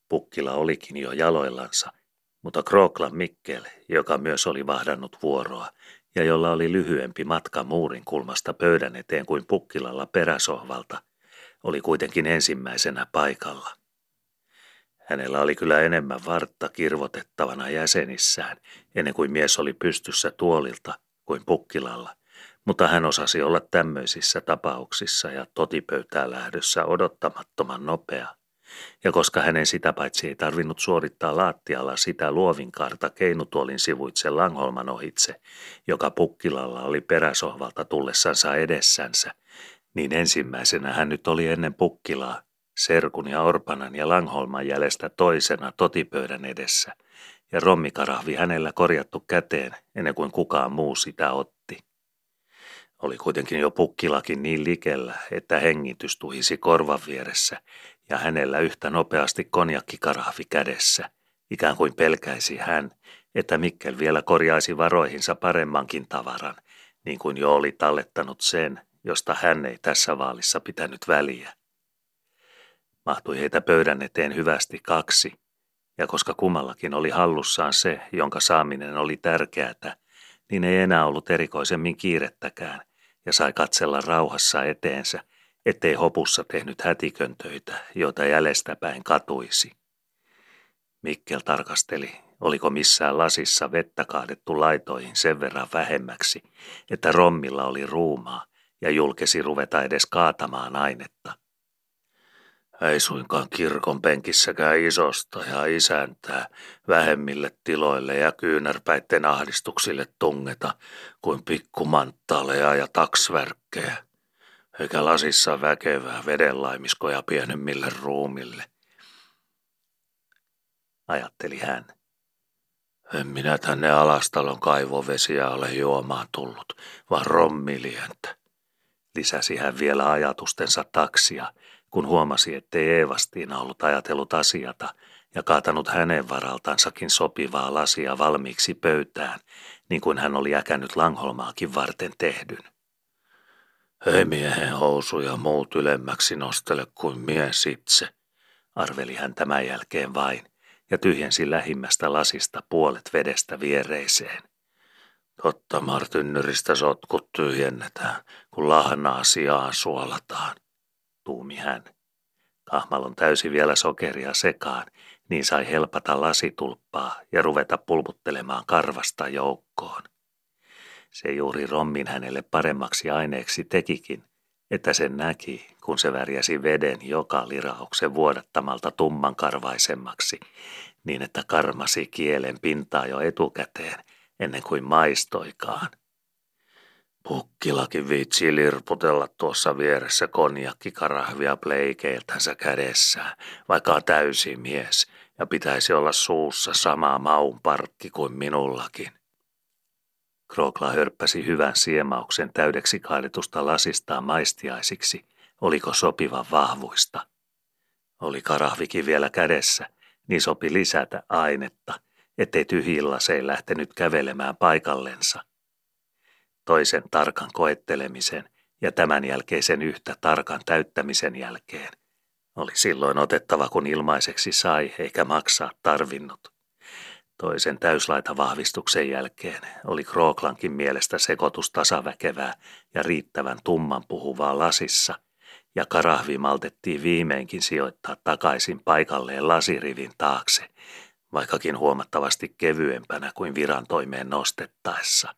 Pukkila olikin jo jaloillansa, mutta Kroklan Mikkel, joka myös oli vahdannut vuoroa ja jolla oli lyhyempi matka muurin kulmasta pöydän eteen kuin Pukkilalla peräsohvalta, oli kuitenkin ensimmäisenä paikalla. Hänellä oli kyllä enemmän vartta kirvotettavana jäsenissään, ennen kuin mies oli pystyssä tuolilta kuin Pukkilalla, mutta hän osasi olla tämmöisissä tapauksissa ja totipöytää lähdössä odottamattoman nopea. Ja koska hänen sitä paitsi ei tarvinnut suorittaa lattialla sitä luovinkaarta keinutuolin sivuitse Langholman ohitse, joka Pukkilalla oli peräsohvalta tullessansa edessänsä, niin ensimmäisenä hän nyt oli ennen Pukkilaa, Serkun ja Orpanan ja Langholman jäljestä toisena totipöydän edessä, ja rommikarahvi hänellä korjattu käteen ennen kuin kukaan muu sitä otti. Oli kuitenkin jo Pukkilakin niin likellä, että hengitys tuhisi korvan vieressä, ja hänellä yhtä nopeasti konjakkikarahvi kädessä, ikään kuin pelkäisi hän, että Mikkel vielä korjaisi varoihinsa paremmankin tavaran, niin kuin jo oli tallettanut sen, josta hän ei tässä vaalissa pitänyt väliä. Mahtui heitä pöydän eteen hyvästi kaksi, ja koska kummallakin oli hallussaan se, jonka saaminen oli tärkeätä, niin ei enää ollut erikoisemmin kiirettäkään, ja sai katsella rauhassa eteensä, ettei hopussa tehnyt hätiköntöitä, joita jäljestäpäin katuisi. Mikkel tarkasteli, oliko missään lasissa vettä kaadettu laitoihin sen verran vähemmäksi, että rommilla oli ruumaa ja julkesi ruveta edes kaatamaan ainetta. Ei suinkaan kirkon penkissäkään isosta ja isäntää vähemmille tiloille ja kyynärpäitten ahdistuksille tungeta kuin pikkumanttaaleja ja taksvärkkejä, eikä lasissa väkevää vedenlaimiskoja pienemmille ruumille, ajatteli hän. En minä tänne Alastalon kaivovesiä ole juomaan tullut, vaan rommilientä, lisäsi hän vielä ajatustensa taksia, kun huomasi, ettei Eevastiina ollut ajatellut asiata ja kaatanut hänen varaltansakin sopivaa lasia valmiiksi pöytään, niin kuin hän oli äkännyt Langholmaakin varten tehdyn. Ei miehen housuja muut ylemmäksi nostele kuin mies itse, arveli hän tämän jälkeen vain, ja tyhjensi lähimmästä lasista puolet vedestä viereiseen. Totta martynnyristä sotkut tyhjennetään, kun lahnaa sijaan suolataan, tuumi hän. Kahmalon täysi vielä sokeria sekaan, niin sai helpata lasitulppaa ja ruveta pulputtelemaan karvasta joukkoon. Se juuri rommin hänelle paremmaksi aineeksi tekikin, että sen näki, kun se värjäsi veden joka lirauksen vuodattamalta tummankarvaisemmaksi, niin että karmasi kielen pintaa jo etukäteen, ennen kuin maistoikaan. Pukkilakin viitsii lirputella tuossa vieressä konjakkikarahvia pleikeiltänsä kädessään, vaikka on täysi mies, ja pitäisi olla suussa sama maun parkki kuin minullakin. Krokla hörppäsi hyvän siemauksen täydeksi kaadetusta lasistaan maistiaisiksi, oliko sopivan vahvuista. Oli karahvikin vielä kädessä, niin sopi lisätä ainetta, ettei tyhjillaseen lähtenyt kävelemään paikallensa. Toisen tarkan koettelemisen ja tämän jälkeisen yhtä tarkan täyttämisen jälkeen oli silloin otettava, kun ilmaiseksi sai eikä maksaa tarvinnut. Toisen täyslaitavahvistuksen jälkeen oli Kroklankin mielestä sekoitus tasaväkevää ja riittävän tumman puhuvaa lasissa, ja karahvi maltettiin viimeinkin sijoittaa takaisin paikalleen lasirivin taakse, vaikkakin huomattavasti kevyempänä kuin viran toimeen nostettaessa.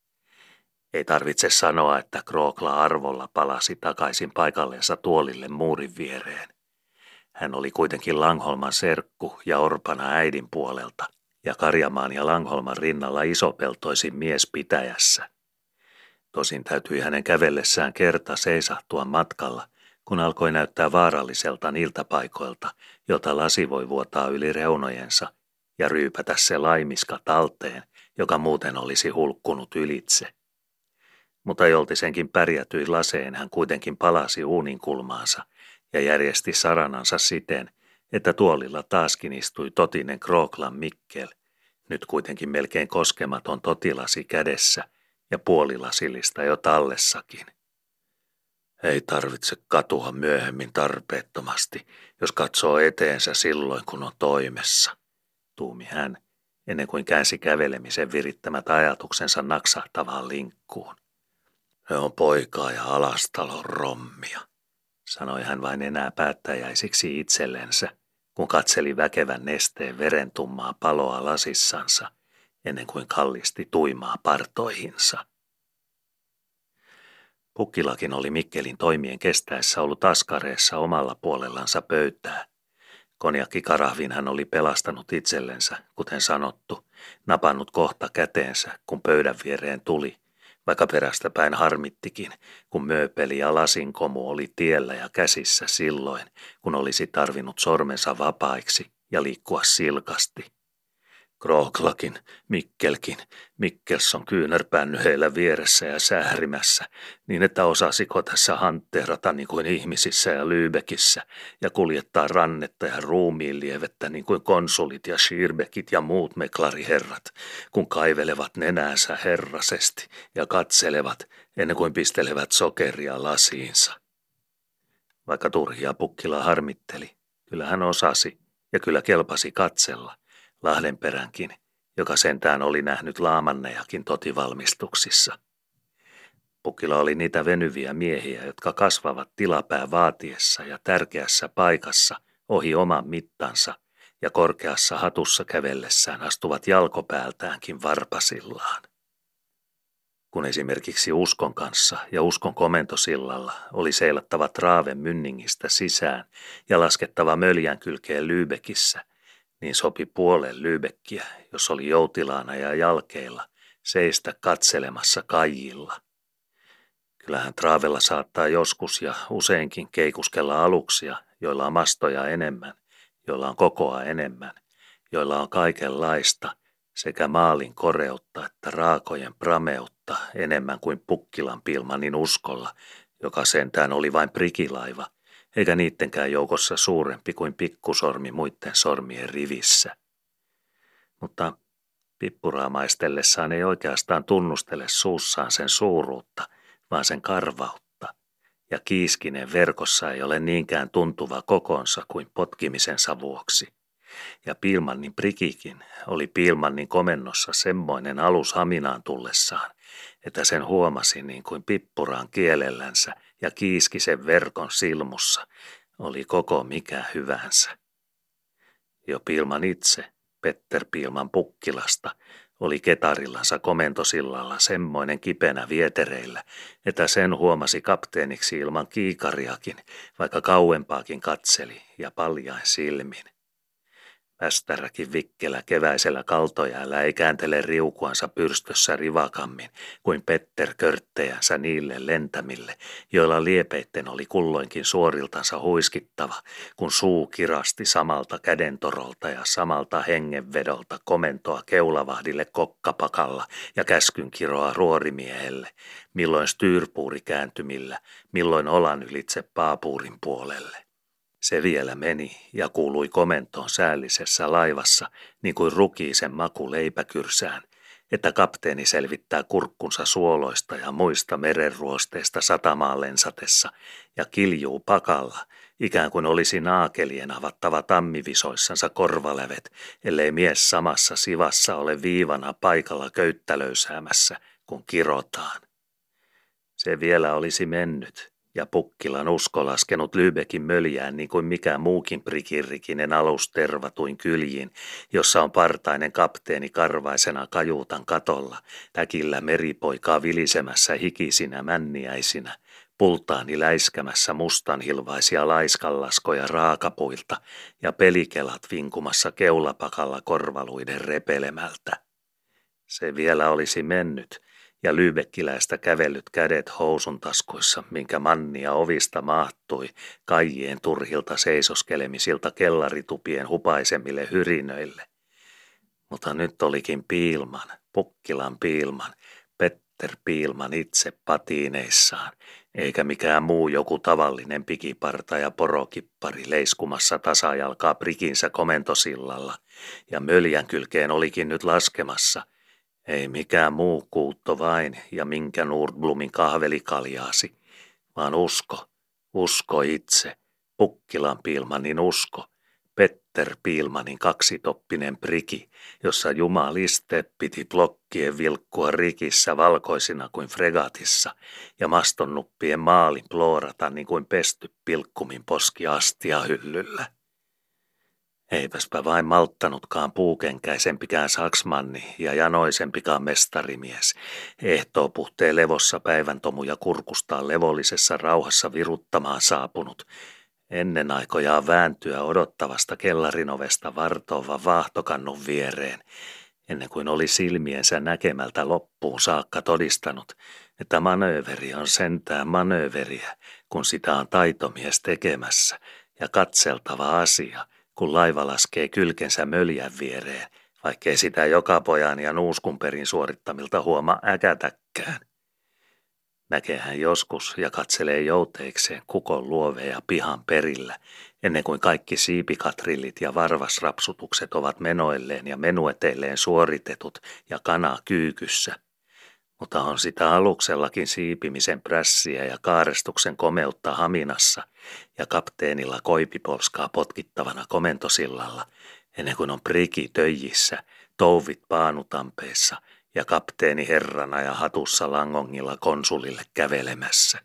Ei tarvitse sanoa, että Krokla arvolla palasi takaisin paikalleensa tuolille muurin viereen. Hän oli kuitenkin Langholman serkku ja Orpana äidin puolelta, ja Karjamaan ja Langholman rinnalla isopeltoisin mies pitäjässä. Tosin täytyi hänen kävellessään kerta seisahtua matkalla, kun alkoi näyttää vaaralliselta niiltä paikoilta, jota lasi voi vuotaa yli reunojensa, ja ryypätä se laimiska talteen, joka muuten olisi hulkkunut ylitse. Mutta joltisenkin pärjätyi laseen hän kuitenkin palasi uunin kulmaansa ja järjesti saranansa siten, että tuolilla taaskin istui totinen Kroklan Mikkel, nyt kuitenkin melkein koskematon totilasi kädessä ja puolilasillista jo tallessakin. Ei tarvitse katua myöhemmin tarpeettomasti, jos katsoo eteensä silloin, kun on toimessa, tuumi hän, ennen kuin käänsi kävelemisen virittämät ajatuksensa naksahtavaan linkkuun. Se on poikaa ja alastalon rommia, sanoi hän vain enää päättäjäisiksi itsellensä, kun katseli väkevän nesteen verentummaa paloa lasissansa, ennen kuin kallisti tuimaa partoihinsa. Pukkilakin oli Mikkelin toimien kestäessä ollut askareessa omalla puolellansa pöytää. Konjakkikarahvin hän oli pelastanut itsellensä, kuten sanottu, napannut kohta käteensä, kun pöydän viereen tuli, vaikka perästä päin harmittikin, kun mööpeli ja lasinkomu oli tiellä ja käsissä silloin, kun olisi tarvinnut sormensa vapaiksi ja liikkua silkasti. Krooklakin, Mikkelkin, Mikkelsson kyynärpänny heillä vieressä ja sährimässä, niin että osasiko tässä hantteerata niin kuin ihmisissä ja Lübeckissä ja kuljettaa rannetta ja ruumiinlievettä niin kuin konsulit ja Schirbeckit ja muut meklariherrat, kun kaivelevat nenäänsä herrasesti ja katselevat ennen kuin pistelevät sokeria lasiinsa. Vaikka turhia Pukkila harmitteli, kyllä hän osasi ja kyllä kelpasi katsella. Lahdenperänkin, joka sentään oli nähnyt laamannejakin totivalmistuksissa. Pukkila oli niitä venyviä miehiä, jotka kasvavat tilapää vaatiessa ja tärkeässä paikassa ohi oman mittansa ja korkeassa hatussa kävellessään astuvat jalkopäältäänkin varpasillaan. Kun esimerkiksi Uskon kanssa ja Uskon komentosillalla oli seilattava Traaven Mynningistä sisään ja laskettava Möljän kylkeen Lübeckissä, niin sopi puolen Lübeckiä, jos oli joutilaana ja jalkeilla, seistä katselemassa kajilla. Kyllähän Traavella saattaa joskus ja useinkin keikuskella aluksia, joilla on mastoja enemmän, joilla on kokoa enemmän, joilla on kaikenlaista, sekä maalin koreutta että raakojen prameutta enemmän kuin Pukkilan Pilmanin Uskolla, joka sentään oli vain prikilaiva, eikä niittenkään joukossa suurempi kuin pikkusormi muiden sormien rivissä. Mutta pippuraa maistellessaan ei oikeastaan tunnustele suussaan sen suuruutta, vaan sen karvautta, ja kiiskinen verkossa ei ole niinkään tuntuva kokonsa kuin potkimisensa vuoksi. Ja Pilmannin prikikin oli Pilmannin komennossa semmoinen alus haminaan tullessaan, että sen huomasi niin kuin pippuraan kielellänsä ja kiiski sen verkon silmussa, oli koko mikä hyvänsä. Jo Pilman itse, Petter Pilman Pukkilasta, oli ketarillansa komentosillalla semmoinen kipenä vietereillä, että sen huomasi kapteeniksi ilman kiikariakin, vaikka kauempaakin katseli ja paljain silmin. Västäräkin vikkelä keväisellä kaltojäällä ei kääntele riukuansa pyrstössä rivakammin kuin Petter körttejänsä niille lentämille, joilla liepeitten oli kulloinkin suoriltansa huiskittava, kun suu kirasti samalta kädentorolta ja samalta hengenvedolta komentoa keulavahdille kokkapakalla ja käskyn kiroa ruorimiehelle, milloin styrpuuri kääntymillä, milloin olan ylitse paapuurin puolelle. Se vielä meni ja kuului komentoon säällisessä laivassa, niin kuin rukiisen maku leipäkyrsään, että kapteeni selvittää kurkkunsa suoloista ja muista merenruosteista satamaan lensatessa ja kiljuu pakalla, ikään kuin olisi naakelien avattava tammivisoissansa korvalävet, ellei mies samassa sivassa ole viivana paikalla köyttälöysäämässä, kun kirotaan. Se vielä olisi mennyt. Ja Pukkilan Usko laskenut Lübeckin möljään niin kuin mikä muukin prikirrikinen alus tervatuin kyljiin, jossa on partainen kapteeni karvaisena kajuutan katolla, täkillä meripoikaa vilisemässä hikisinä männiäisinä, pultaani läiskämässä mustanhilvaisia laiskanlaskoja raakapuilta ja pelikelat vinkumassa keulapakalla korvaluiden repelemältä. Se vielä olisi mennyt. Ja lyybekkiläistä kävellyt kädet housun taskuissa, minkä mannia ovista maattui kajien turhilta seisoskelemisilta kellaritupien hupaisemille hyrinöille. Mutta nyt olikin Piilman, Pukkilan Piilman, Petter Piilman itse patiineissaan, eikä mikään muu joku tavallinen pikiparta ja porokippari leiskumassa tasajalkaa prikinsä komentosillalla, ja möljän kylkeen olikin nyt laskemassa, ei mikään muu kuutto vain ja minkä Nordblumin kahvelikaljaasi, vaan usko, usko itse, Pukkilan Piilmanin usko, Petter Piilmanin kaksitoppinen priki, jossa jumaliste piti blokkien vilkkua rikissä valkoisina kuin fregatissa ja mastonnuppien maalin ploorata niin kuin pesty pilkkumin poski astiahyllyllä. Eipäspä vain malttanutkaan puukenkäisempikään saksmanni ja janoisempikaan mestarimies, ehtoopuhteen levossa päivän tomuja kurkustaan levollisessa rauhassa viruttamaan saapunut, ennen aikojaan vääntyä odottavasta kellarinovesta vartova vaahtokannun viereen, ennen kuin oli silmiensä näkemältä loppuun saakka todistanut, että manööveri on sentään manööveriä, kun sitä on taitomies tekemässä, ja katseltava asia, kun laiva laskee kylkensä möljän viereen, vaikkei sitä joka pojan ja nuuskunperin suorittamilta huoma äkätäkään. Näkee hän joskus ja katselee jouteikseen kukon luoveja pihan perillä, ennen kuin kaikki siipikatrillit ja varvasrapsutukset ovat menoilleen ja menueteilleen suoritetut ja kana kyykyssä. Mutta on sitä aluksellakin siipimisen prässiä ja kaarestuksen komeutta haminassa ja kapteenilla koipipolskaa potkittavana komentosillalla, ennen kuin on priki töijissä, touvit paanutampeissa ja kapteeni herrana ja hatussa langongilla konsulille kävelemässä.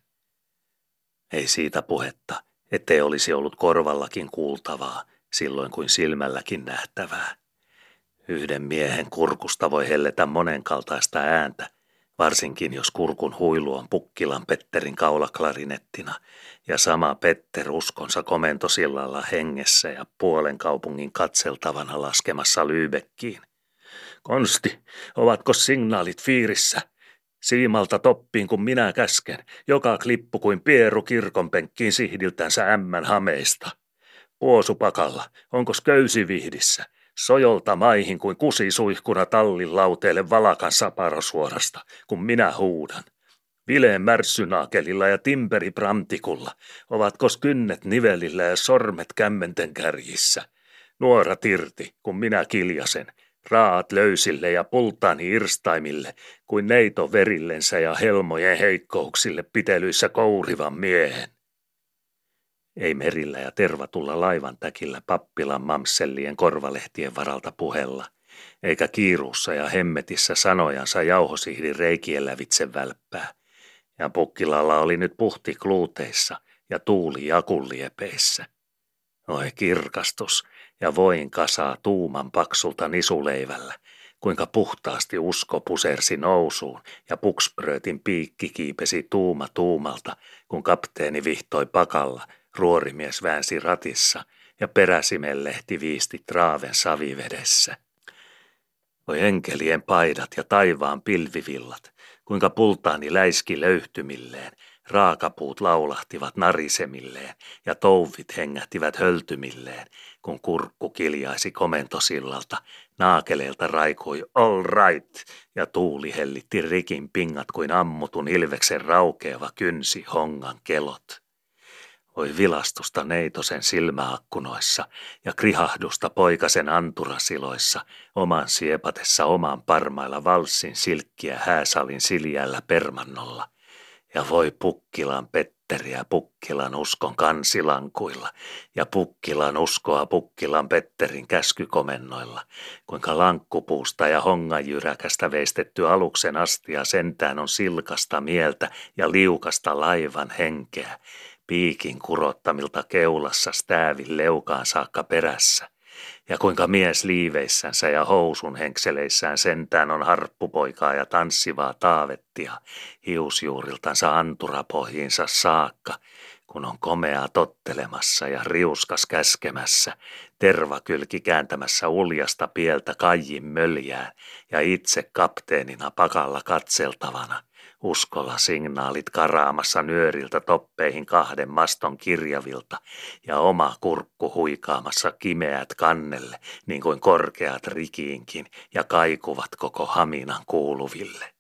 Ei siitä puhetta, ettei olisi ollut korvallakin kuultavaa, silloin kuin silmälläkin nähtävää. Yhden miehen kurkusta voi helletä monenkaltaista ääntä, varsinkin jos kurkun huilu on Pukkilan Petterin kaulaklarinettina ja sama Petter uskonsa komentosillalla hengessä ja puolen kaupungin katseltavana laskemassa Lübeckiin. Konsti, ovatko signaalit fiirissä? Siimalta toppiin kun minä käsken, joka klippu kuin pieru kirkonpenkkiin sihdiltänsä ämmän hameista. Puosupakalla, onkos köysi vihdissä? Sojolta maihin kuin kusi suihkuna tallin lauteelle valakan saparosuorasta, kun minä huudan. Vileen märssynaakelilla ja timperi pramtikulla, ovatkos kynnet nivelillä ja sormet kämmenten kärjissä. Nuorat irti, kun minä kiljasen, raat löysille ja pultaani irstaimille, kuin neito verillensä ja helmojen heikkouksille pitelyissä kourivan miehen. Ei merillä ja tervatulla laivan täkillä pappilan mamsellien korvalehtien varalta puhella, eikä kiiruussa ja hemmetissä sanojansa jauhosihdin reikien lävitse välppää. Ja Pukkilalla oli nyt puhti kluuteissa ja tuuli jakunliepeissä. Oi kirkastus ja voin kasaa tuuman paksulta nisuleivällä, kuinka puhtaasti usko pusersi nousuun ja pukspröötin piikki kiipesi tuuma tuumalta, kun kapteeni vihtoi pakalla, ruorimies väänsi ratissa ja peräsimenlehti viisti traaven savivedessä. Voi enkelien paidat ja taivaan pilvivillat, kuinka pultaani läiski löyhtymilleen, raakapuut laulahtivat narisemilleen ja touvit hengähtivät höltymilleen, kun kurkku kiljaisi komentosillalta, naakeleelta raikui all right ja tuuli hellitti rikin pingat kuin ammutun ilveksen raukeava kynsi hongan kelot. Oi vilastusta neitosen silmäakkunoissa ja krihahdusta poikasen anturasiloissa, oman siepatessa oman parmailla valssin silkkiä hääsalin siljällä permannolla. Ja voi Pukkilan Petteriä Pukkilan uskon kansilankuilla ja Pukkilan uskoa Pukkilan Petterin käskykomennoilla, kuinka lankkupuusta ja honganjyräkästä veistetty aluksen astia sentään on silkasta mieltä ja liukasta laivan henkeä, piikin kurottamilta keulassa stäävin leukaan saakka perässä, ja kuinka mies liiveissänsä ja housun henkseleissään sentään on harppupoikaa ja tanssivaa taavettia hiusjuuriltansa anturapohjiinsa saakka, kun on komea tottelemassa ja riuskas käskemässä, tervakylki kääntämässä uljasta pieltä kajin möljään ja itse kapteenina pakalla katseltavana, uskolla signaalit karaamassa nyöriltä toppeihin kahden maston kirjavilta ja oma kurkku huikaamassa kimeät kannelle, niin kuin korkeat rikiinkin ja kaikuvat koko haminan kuuluville.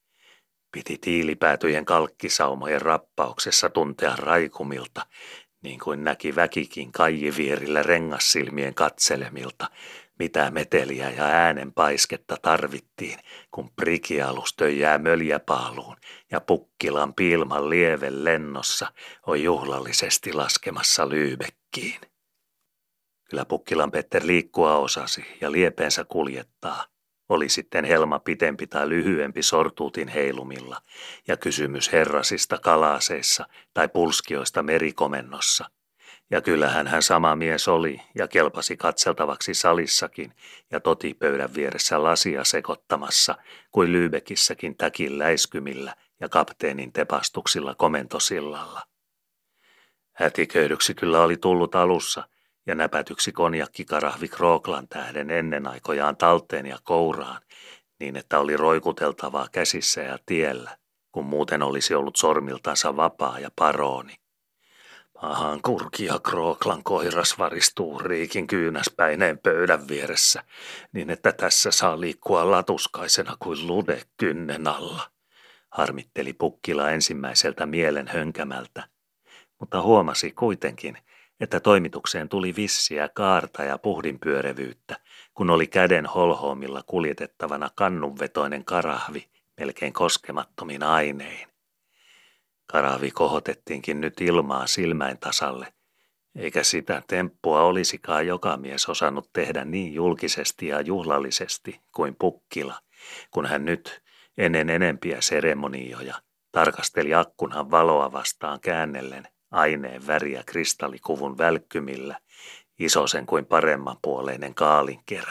Piti tiilipäätyjen kalkkisaumojen rappauksessa tuntea raikumilta, niin kuin näki väkikin kaijivierillä rengassilmien katselemilta, Mitä meteliä ja äänenpaisketta tarvittiin, kun prikialus töijää möljäpaaluun ja Pukkilan Piilman lieven lennossa on juhlallisesti laskemassa Lübeckiin. Kyllä Pukkilan Petter liikkua osasi ja liepeensä kuljettaa. Oli sitten helma pitempi tai lyhyempi sortuutin heilumilla ja kysymys herrasista kalaseissa tai pulskioista merikomennossa. Ja kyllähän hän sama mies oli ja kelpasi katseltavaksi salissakin ja totipöydän vieressä lasia sekoittamassa kuin Lübeckissäkin täkin läiskymillä ja kapteenin tepastuksilla komentosillalla. Hätiköydyksi kyllä oli tullut alussa ja näpätyksi konjakkikarahvi Krooklan tähden ennen aikojaan talteen ja kouraan, niin että oli roikuteltavaa käsissä ja tiellä, kun muuten olisi ollut sormiltansa vapaa ja parooni. Pahan kurkia Krooklan koiras varistuu riikin kyynäspäineen pöydän vieressä, niin että tässä saa liikkua latuskaisena kuin lude kynnen alla, harmitteli Pukkila ensimmäiseltä mielen hönkämältä, mutta huomasi kuitenkin, että toimitukseen tuli vissiä kaarta ja puhdinpyörevyyttä, kun oli käden holhoomilla kuljetettavana kannunvetoinen karahvi melkein koskemattomin ainein. Karahvi kohotettiinkin nyt ilmaa silmäin tasalle, eikä sitä temppua olisikaan joka mies osannut tehdä niin julkisesti ja juhlallisesti kuin Pukkila, kun hän nyt ennen enempiä seremonioja tarkasteli akkunhan valoa vastaan käännellen aineen väriä kristallikuvun välkkymillä, isosen kuin paremmanpuoleinen kaalinkerä.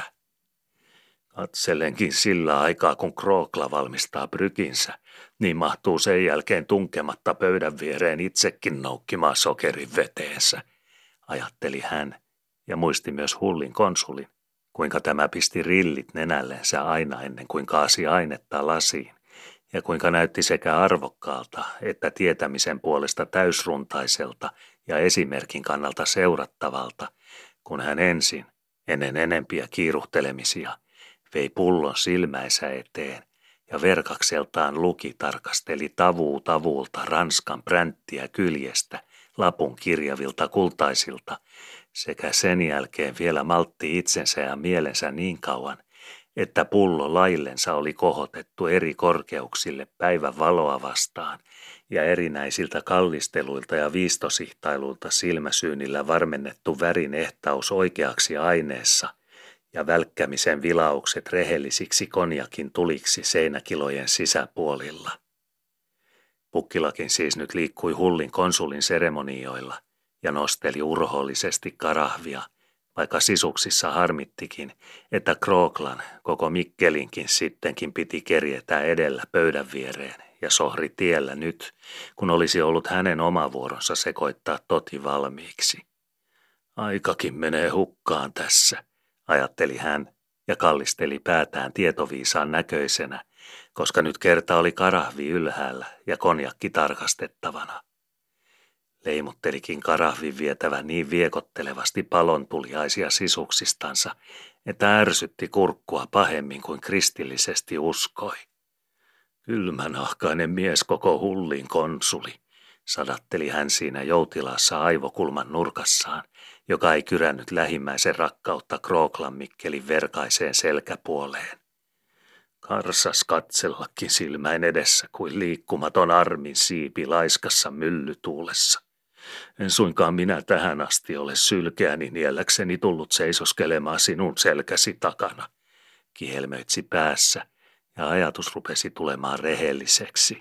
Katselenkin sillä aikaa, kun Krookla valmistaa brykinsä, niin mahtuu sen jälkeen tunkematta pöydän viereen itsekin noukkimaan sokerin veteensä, ajatteli hän ja muisti myös Hullin konsulin, kuinka tämä pisti rillit nenällensä aina ennen kuin kaasi ainetta lasiin, ja kuinka näytti sekä arvokkaalta että tietämisen puolesta täysruntaiselta ja esimerkin kannalta seurattavalta, kun hän ensin, ennen enempiä kiiruhtelemisia, vei pullon silmäisä eteen ja verkakseltaan luki tarkasteli tavuu tavuulta Ranskan pränttiä kyljestä, lapun kirjavilta kultaisilta, sekä sen jälkeen vielä maltti itsensä ja mielensä niin kauan, että pullo laillensa oli kohotettu eri korkeuksille päivän valoa vastaan ja erinäisiltä kallisteluilta ja viistosihtailuilta silmäsyynillä varmennettu värin ehtaus oikeaksi aineessa ja välkkämisen vilaukset rehellisiksi konjakin tuliksi seinäkilojen sisäpuolilla. Pukkilakin siis nyt liikkui Hullin konsulin seremonioilla ja nosteli urhoollisesti karahvia, vaikka sisuksissa harmittikin, että Krooklan koko Mikkelinkin sittenkin piti kerjetä edellä pöydän viereen ja sohri tiellä nyt, kun olisi ollut hänen oma vuoronsa sekoittaa toti valmiiksi. Aikakin menee hukkaan tässä, ajatteli hän ja kallisteli päätään tietoviisaan näköisenä, koska nyt kerta oli karahvi ylhäällä ja konjakki tarkastettavana. Leimuttelikin karahvin vietävä niin viekottelevasti palontuliaisia sisuksistansa, että ärsytti kurkkua pahemmin kuin kristillisesti uskoi. Kylmänahkainen mies koko Hullin konsuli, sadatteli hän siinä joutilaassa aivokulman nurkassaan, joka ei kyrännyt lähimmäisen rakkautta Krooklan Mikkelin verkaiseen selkäpuoleen. Karsas katsellakin silmäin edessä kuin liikkumaton armin siipi laiskassa myllytuulessa. En suinkaan minä tähän asti ole sylkeäni nielläkseni tullut seisoskelemaan sinun selkäsi takana, kihelmöitsi päässä ja ajatus rupesi tulemaan rehelliseksi.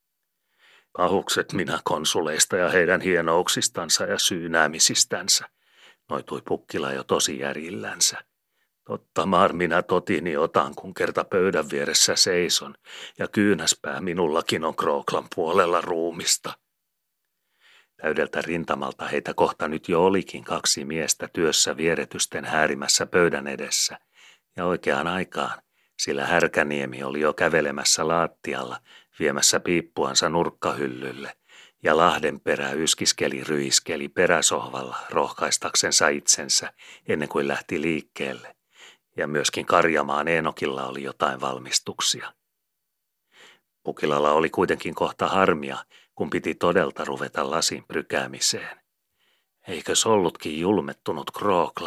Pahukset minä konsuleista ja heidän hienouksistansa ja syynäämisistänsä, noitui Pukkila jo tosi järjillänsä. Totta maar minä totini otan, kun kerta pöydän vieressä seison, ja kyynäspää minullakin on Krooklan puolella ruumista. Täydeltä rintamalta heitä kohta nyt jo olikin kaksi miestä työssä vieretysten häärimässä pöydän edessä, ja oikeaan aikaan, sillä Härkäniemi oli jo kävelemässä laattialla, viemässä piippuansa nurkkahyllylle, ja Lahdenperä yskiskeli ryiskeli peräsohvalla rohkaistaksensa itsensä ennen kuin lähti liikkeelle, ja myöskin Karjamaan Eenokilla oli jotain valmistuksia. Pukilalla oli kuitenkin kohta harmia, kun piti todelta ruveta lasin prykäämiseen. Eikös ollutkin julmettunut Krookla,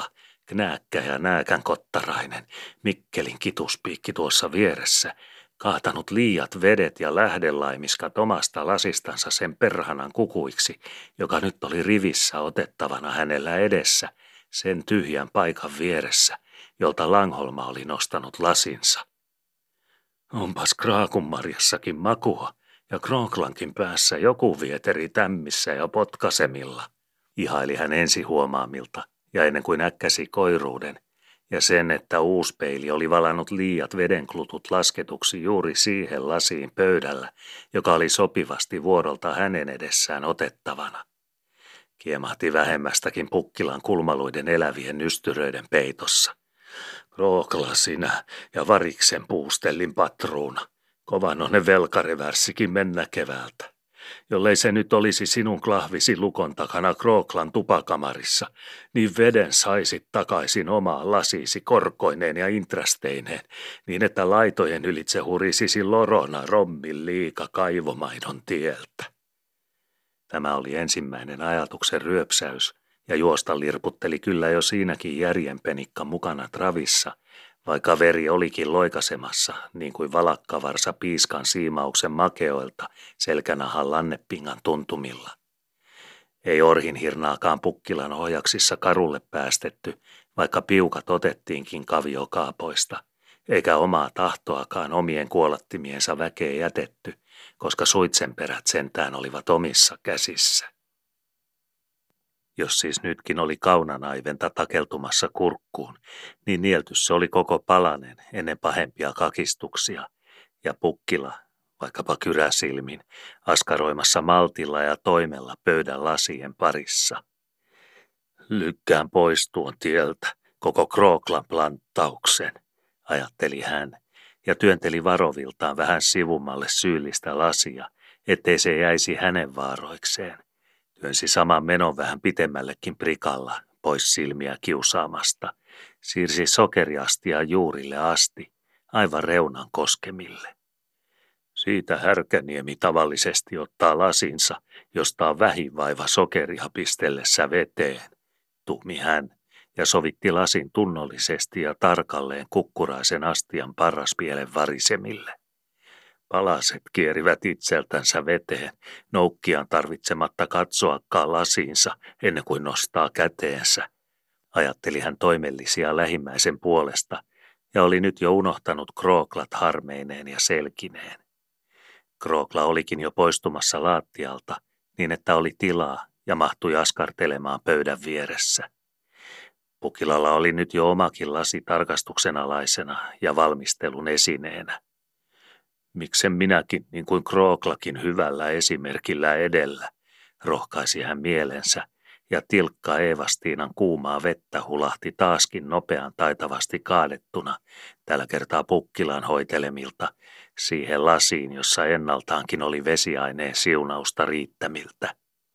Knääkkä ja nääkän kottarainen, Mikkelin kituspiikki tuossa vieressä, kaatanut liiat vedet ja lähdelaimiska omasta lasistansa sen perhanan kukuiksi, joka nyt oli rivissä otettavana hänellä edessä, sen tyhjän paikan vieressä, jolta Langholma oli nostanut lasinsa. Onpas kraakunmarjassakin makua, ja Krooklankin päässä joku vieteri tämmissä ja potkasemilla, ihaili hän ensi huomaamilta, ja ennen kuin äkkäsi koiruuden, ja sen, että uuspeili oli valannut liiat vedenklutut lasketuksi juuri siihen lasiin pöydällä, joka oli sopivasti vuorolta hänen edessään otettavana. Kiemahti vähemmästäkin Pukkilan kulmaluiden elävien nystyröiden peitossa. Krookla sinä ja variksen puustellin patruuna. Kovan on ne velkarevärssikin mennä keväältä. Jollei se nyt olisi sinun klahvisi lukon takana Krooklan tupakamarissa, niin veden saisit takaisin omaan lasiisi korkoineen ja intrasteineen, niin että laitojen ylitse hurisisi lorona rommin liika kaivomaidon tieltä. Tämä oli ensimmäinen ajatuksen ryöpsäys, ja juosta lirputteli kyllä jo siinäkin järjenpenikka mukana travissa, vaikka veri olikin loikasemassa, niin kuin valakkavarsa piiskan siimauksen makeoilta selkänahan lannepingan tuntumilla. Ei orhin hirnaakaan Pukkilan ohjaksissa karulle päästetty, vaikka piukat otettiinkin kaviokaapoista, eikä omaa tahtoakaan omien kuolattimiensa väkeen jätetty, koska suitsenperät sentään olivat omissa käsissä. Jos siis nytkin oli kaunanaiventa takeltumassa kurkkuun, niin nieltys se oli koko palanen ennen pahempia kakistuksia, ja Pukkila, vaikkapa kyräsilmin, askaroimassa maltilla ja toimella pöydän lasien parissa. Lykkään pois tuon tieltä koko Krooklan planttauksen, ajatteli hän, ja työnteli varoviltaan vähän sivummalle syyllistä lasia, ettei se jäisi hänen vaaroikseen. Työnsi saman menon vähän pitemmällekin prikalla, pois silmiä kiusaamasta, siirsi sokeriastia juurille asti, aivan reunan koskemille. Siitä Härkäniemi tavallisesti ottaa lasinsa, josta on vähin vaiva sokeria pistellessä veteen, tuhmi hän, ja sovitti lasin tunnollisesti ja tarkalleen kukkuraisen astian parraspielen varisemille. Palaset kierivät itseltänsä veteen, noukkiaan tarvitsematta katsoakaan lasiinsa ennen kuin nostaa käteensä. Ajatteli hän toimellisia lähimmäisen puolesta ja oli nyt jo unohtanut Krooklat harmeineen ja selkineen. Krookla olikin jo poistumassa laattialta niin, että oli tilaa ja mahtui askartelemaan pöydän vieressä. Pukilalla oli nyt jo omakin lasi tarkastuksen alaisena ja valmistelun esineenä. Miksen minäkin, niin kuin Krooklakin hyvällä esimerkillä edellä, rohkaisi hän mielensä, ja tilkka Eevastiinan kuumaa vettä hulahti taaskin nopean taitavasti kaadettuna, tällä kertaa Pukkilan hoitelemilta, siihen lasiin, jossa ennaltaankin oli vesiaineen siunausta riittämiltä.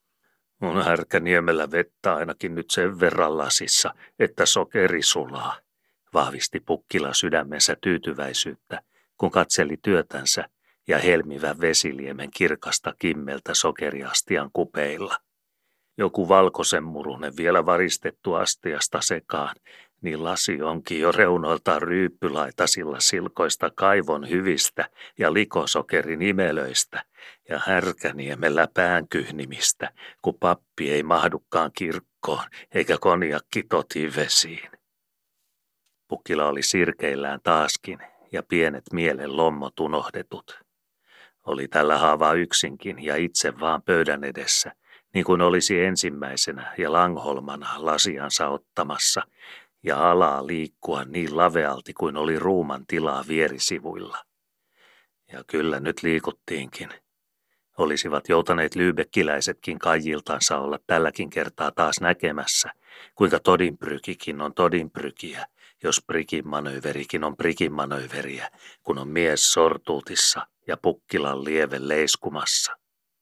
On Härkäniemellä vettä ainakin nyt sen verran lasissa, että sokeri sulaa, vahvisti Pukkila sydämensä tyytyväisyyttä, kun katseli työtänsä ja helmivän vesiliemen kirkasta kimmeltä sokeriastian kupeilla. Joku valkoisen murunen vielä varistettu astiasta sekaan, niin lasi onkin jo reunoiltaan ryyppylaitasilla silkoista kaivon hyvistä ja likosokerin imelöistä ja Härkäniemellä päänkyhnimistä, kun pappi ei mahdukaan kirkkoon eikä konjakki toti vesiin. Pukkila oli sirkeillään taaskin ja pienet mielen lommot unohdetut. Oli tällä haavaa yksinkin ja itse vaan pöydän edessä, niin kuin olisi ensimmäisenä ja Langholmana lasiansa ottamassa, ja alaa liikkua niin lavealti kuin oli ruuman tilaa vierisivuilla. Ja kyllä nyt liikuttiinkin. Olisivat joutaneet lyybekkiläisetkin kajiltansa olla tälläkin kertaa taas näkemässä, kuinka todinprykikin on todinprykiä, jos prikin manööverikin on prikin manööveriä, kun on mies sortuutissa ja Pukkilan lieven leiskumassa.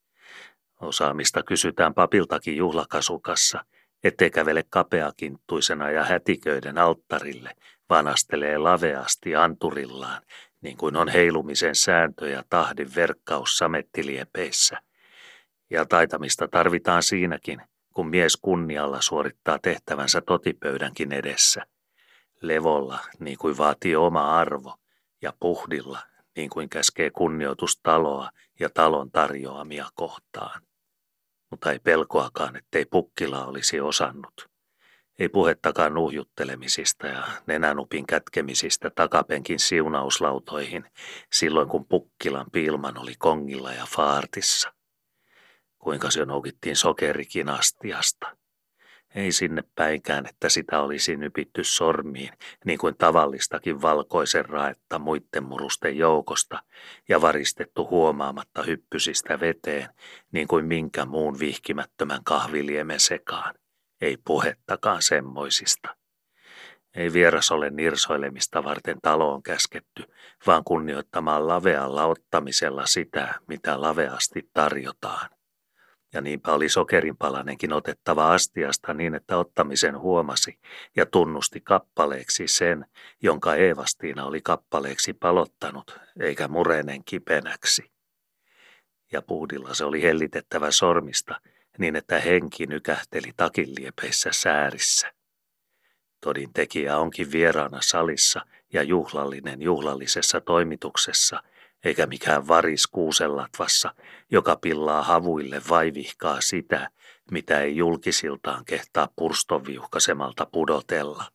Osaamista kysytään papiltakin juhlakasukassa, ettei kävele kapeakinttuisena ja hätiköiden alttarille, vaan astelee laveasti anturillaan, niin kuin on heilumisen sääntö ja tahdin verkkaus samettiliepeissä. Ja taitamista tarvitaan siinäkin, kun mies kunnialla suorittaa tehtävänsä totipöydänkin edessä. Levolla, niin kuin vaatii oma arvo, ja puhdilla, niin kuin käskee kunnioitus taloa ja talon tarjoamia kohtaan. Mutta ei pelkoakaan, ettei Pukkila olisi osannut. Ei puhettakaan nuhjuttelemisista ja nenänupin kätkemisistä takapenkin siunauslautoihin silloin, kun Pukkilan piilman oli kongilla ja faartissa. Kuinka se noukittiin sokerikin astiasta. Ei sinne päinkään, että sitä olisi nypitty sormiin, niin kuin tavallistakin valkoisen raetta muitten murusten joukosta, ja varistettu huomaamatta hyppysistä veteen, niin kuin minkä muun vihkimättömän kahviliemen sekaan. Ei puhettakaan semmoisista. Ei vieras ole nirsoilemista varten taloon käsketty, vaan kunnioittamaan lavealla ottamisella sitä, mitä laveasti tarjotaan. Ja niinpä oli sokerinpalanenkin otettava astiasta niin, että ottamisen huomasi ja tunnusti kappaleeksi sen, jonka Eevastiina oli kappaleeksi palottanut, eikä murenen kipenäksi. Ja puhdilla se oli hellitettävä sormista, niin että henki nykähteli takinliepeissä säärissä. Todin tekijä onkin vieraana salissa ja juhlallinen juhlallisessa toimituksessa, eikä mikään varis kuusenlatvassa, joka pillaa havuille vaivihkaa sitä, mitä ei julkisiltaan kehtaa purstonviuhkasemalta pudotella.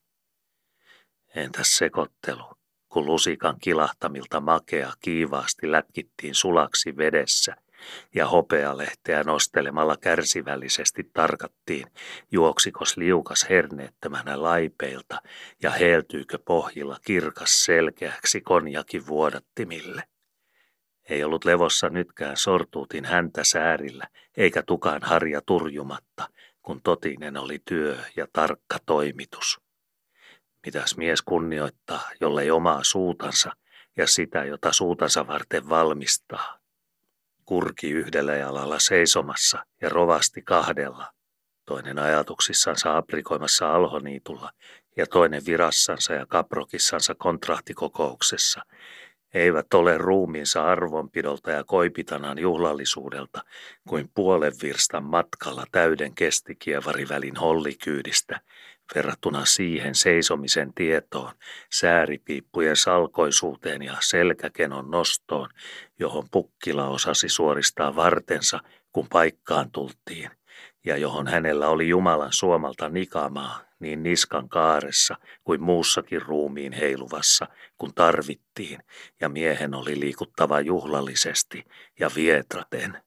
Entäs sekottelu, kun lusikan kilahtamilta makea kiivaasti lätkittiin sulaksi vedessä, ja hopealehteä nostelemalla kärsivällisesti tarkattiin, juoksikos liukas herneettömänä laipeilta ja heeltyykö pohjilla kirkas selkeäksi konjakin vuodattimille. Ei ollut levossa nytkään sortuutin häntä säärillä, eikä tukaan harja turjumatta, kun totinen oli työ ja tarkka toimitus. Mitäs mies kunnioittaa, jollei omaa suutansa ja sitä, jota suutansa varten valmistaa? Kurki yhdellä jalalla seisomassa ja rovasti kahdella, toinen ajatuksissansa aprikoimassa alhoniitulla ja toinen virassansa ja kaprokissansa kontrahtikokouksessa, eivät ole ruumiinsa arvonpidolta ja koipitanan juhlallisuudelta kuin puolen virstan matkalla täyden kestikiavarivälin hollikyydistä, verrattuna siihen seisomisen tietoon, sääripiippujen salkoisuuteen ja selkäkenon nostoon, johon Pukkila osasi suoristaa vartensa, kun paikkaan tultiin, ja johon hänellä oli Jumalan suomalta nikamaa niin niskan kaaressa kuin muussakin ruumiin heiluvassa, kun tarvittiin, ja miehen oli liikuttava juhlallisesti ja vietraten.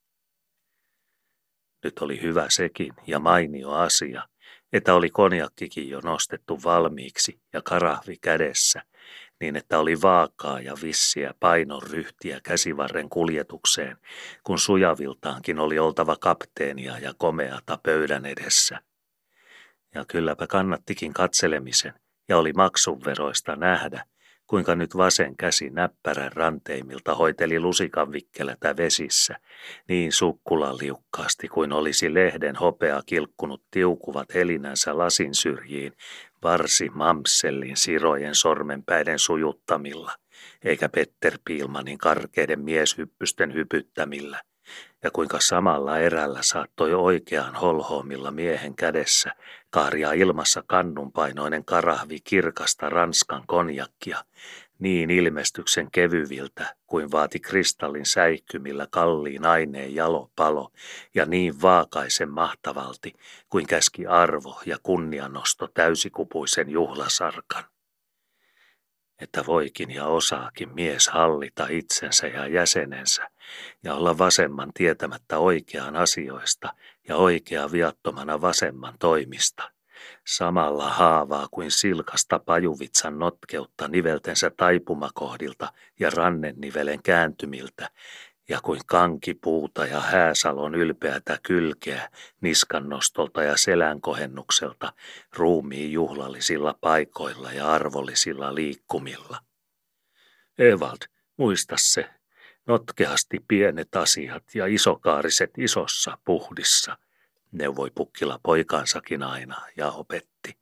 Nyt oli hyvä sekin ja mainio asia, että oli konjakkikin jo nostettu valmiiksi ja karahvi kädessä, niin että oli vaakaa ja vissiä painon ryhtiä käsivarren kuljetukseen, kun sujaviltaankin oli oltava kapteenia ja komeata pöydän edessä. Ja kylläpä kannattikin katselemisen, ja oli maksunveroista nähdä, kuinka nyt vasen käsi näppärän ranteimilta hoiteli lusikan vikkelätä vesissä, niin sukkulaliukkaasti kuin olisi lehden hopea kilkkunut tiukuvat helinänsä lasin syrjiin, varsi mamsellin sirojen sormenpäiden sujuttamilla, eikä Petter Piilmanin karkeiden mieshyppysten hypyttämillä, ja kuinka samalla erällä saattoi oikean holhoomilla miehen kädessä kaaria ilmassa kannunpainoinen karahvi kirkasta Ranskan konjakkia, niin ilmestyksen kevyviltä kuin vaati kristallin säikkymillä kalliin aineen jalopalo, ja niin vaakaisen mahtavalti kuin käski arvo ja kunnianosto täysikupuisen juhlasarkan. Että voikin ja osaakin mies hallita itsensä ja jäsenensä ja olla vasemman tietämättä oikean asioista ja oikea viattomana vasemman toimista, samalla haavaa kuin silkasta pajuvitsan notkeutta niveltensä taipumakohdilta ja rannennivelen kääntymiltä, ja kuin kankipuuta ja hääsalon ylpeätä kylkeä niskannostolta ja selänkohennukselta ruumiin juhlallisilla paikoilla ja arvollisilla liikkumilla. Evald, muista se, notkeasti pienet asiat ja isokaariset isossa puhdissa, neuvoi Pukkila poikansakin aina ja opetti.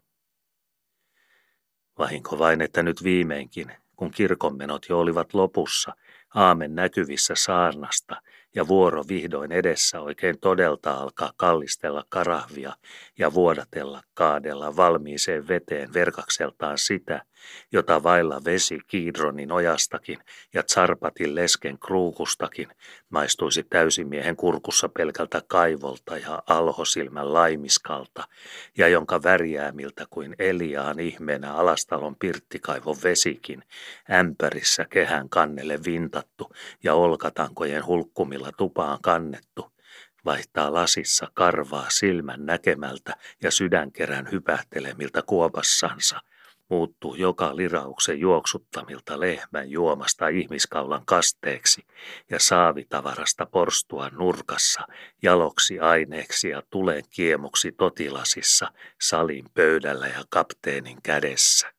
Vahinko vain, että nyt viimeinkin, kun kirkonmenot jo olivat lopussa, aamen näkyvissä saarnasta ja vuoro vihdoin edessä oikein todelta alkaa kallistella karahvia ja vuodatella kaadella valmiiseen veteen verkakseltaan sitä, jota vailla vesi Kiidronin ojastakin ja Tsarpatin lesken kruukustakin maistuisi täysimiehen kurkussa pelkältä kaivolta ja alhosilmän laimiskalta, ja jonka värjäämiltä kuin Eliaan ihmeenä Alastalon pirttikaivon vesikin, ämpärissä kehän kannelle vintattu ja olkatankojen hulkkumilla tupaan kannettu, vaihtaa lasissa karvaa silmän näkemältä ja sydänkerän hypähtelemiltä kuopassansa, muuttuu joka lirauksen juoksuttamilta lehmän juomasta ihmiskaulan kasteeksi ja saavitavarasta porstua nurkassa, jaloksi aineeksi ja tulen kiemuksi totilasissa, salin pöydällä ja kapteenin kädessä.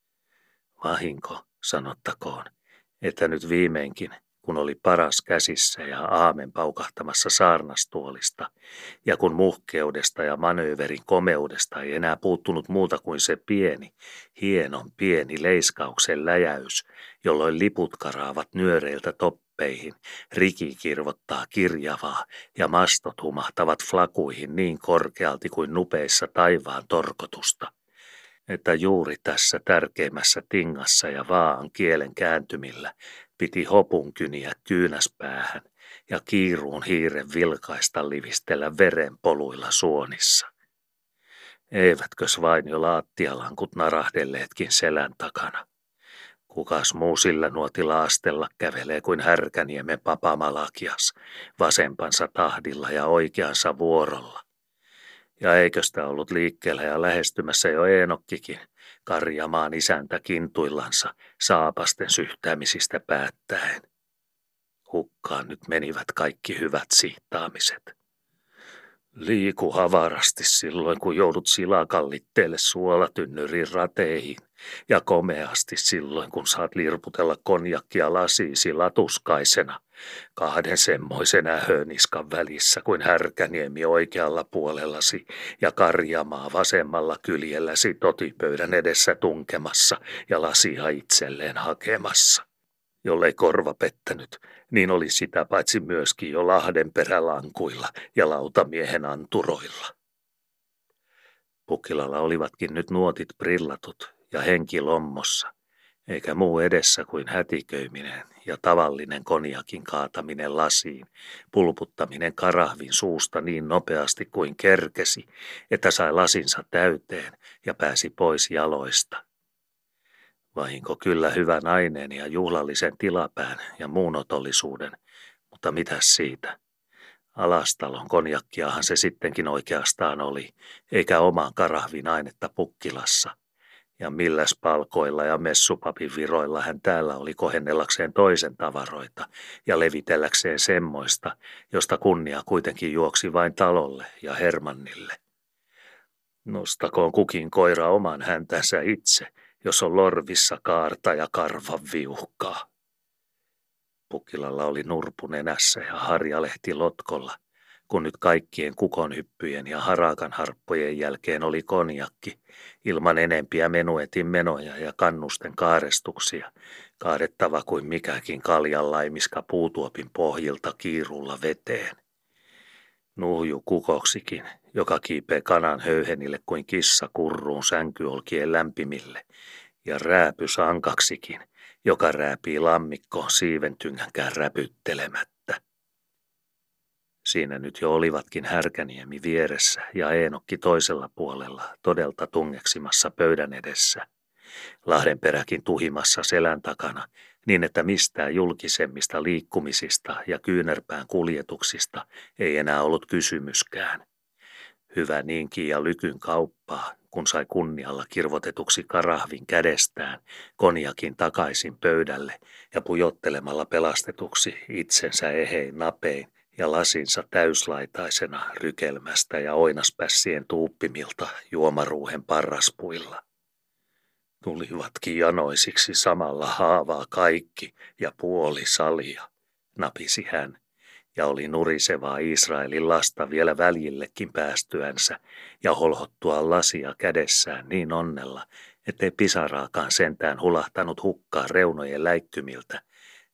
Vahinko, sanottakoon, että nyt viimeinkin, kun oli paras käsissä ja aamen paukahtamassa saarnastuolista, ja kun muhkeudesta ja manööverin komeudesta ei enää puuttunut muuta kuin se pieni, hienon pieni leiskauksen läjäys, jolloin liput karaavat nyöreiltä toppeihin, riki kirvottaa kirjavaa ja mastot humahtavat flakuihin niin korkealti kuin nupeissa taivaan torkotusta, että juuri tässä tärkeimmässä tingassa ja vaan kielen kääntymillä piti hopun kyniä kyynäspäähän ja kiiruun hiiren vilkaista livistellä verenpoluilla suonissa. Eivätkös vain jo laattialankut narahdelleetkin selän takana? Kukas muu sillä nuotilla astella kävelee kuin Härkäniemen papa Malakias, vasempansa tahdilla ja oikeansa vuorolla? Ja eikö sitä ollut liikkeellä ja lähestymässä jo Eenokkikin, karjamaan isäntä kintuillansa saapasten syhtäämisistä päättäen? Hukkaan nyt menivät kaikki hyvät sihtaamiset. Liiku havarasti silloin, kun joudut silakallitteelle suolatynnyrin rateihin, ja komeasti silloin, kun saat lirputella konjakkia lasiisi latuskaisena, kahden semmoisen ähöniskan välissä kuin Härkäniemi oikealla puolellasi ja Karjamaa vasemmalla kyljelläsi totipöydän edessä tunkemassa ja lasia itselleen hakemassa. Jollei korva pettänyt, niin oli sitä paitsi myöskin jo Lahdenperälankuilla ja lautamiehen anturoilla. Pukkilalla olivatkin nyt nuotit brillatut ja henki lommossa, eikä muu edessä kuin hätiköiminen ja tavallinen konjakin kaataminen lasiin, pulputtaminen karahvin suusta niin nopeasti kuin kerkesi, että sai lasinsa täyteen ja pääsi pois jaloista. Vahinko kyllä hyvän aineen ja juhlallisen tilapään ja muun otollisuuden, mutta mitäs siitä? Alastalon konjakkiahan se sittenkin oikeastaan oli, eikä omaan karahvin ainetta Pukkilassa. Ja milläs palkoilla ja messupapin viroilla hän täällä oli kohennellakseen toisen tavaroita ja levitelläkseen semmoista, josta kunnia kuitenkin juoksi vain talolle ja Hermannille. Nostakoon kukin koira oman häntänsä itse, jos on lorvissa kaarta ja karvan viuhkaa. Pukkilalla oli nurpu nenässä ja harjalehti lotkolla, kun nyt kaikkien kukonhyppyjen ja harakan harppojen jälkeen oli konjakki, ilman enempiä menuetin menoja ja kannusten kaarestuksia, kaadettava kuin mikäkin kaljanlaimiska puutuopin pohjilta kiirulla veteen. Nuhju kukoksikin, joka kiipee kanan höyhenille kuin kissa kurruun sänkyolkien lämpimille, ja rääpy sankaksikin, joka rääpii lammikkoon siiventyngänkään räpyttelemättä. Siinä nyt jo olivatkin Härkäniemi vieressä ja Eenokki toisella puolella todelta tungeksimassa pöydän edessä. Lahdenperäkin tuhimassa selän takana, niin että mistään julkisemmista liikkumisista ja kyynärpään kuljetuksista ei enää ollut kysymyskään. Hyvä niinkin ja lykyn kauppaa, kun sai kunnialla kirvotetuksi karahvin kädestään, konjakin takaisin pöydälle ja pujottelemalla pelastetuksi itsensä ehein napein ja lasinsa täyslaitaisena rykelmästä ja oinaspässien tuuppimilta juomaruuhen parraspuilla. Tulivatkin janoisiksi samalla haavaa kaikki ja puoli salia, napisi hän, ja oli nurisevaa Israelin lasta vielä väljillekin päästyänsä ja holhottua lasia kädessään niin onnella, ettei pisaraakaan sentään hulahtanut hukkaan reunojen läikkymiltä,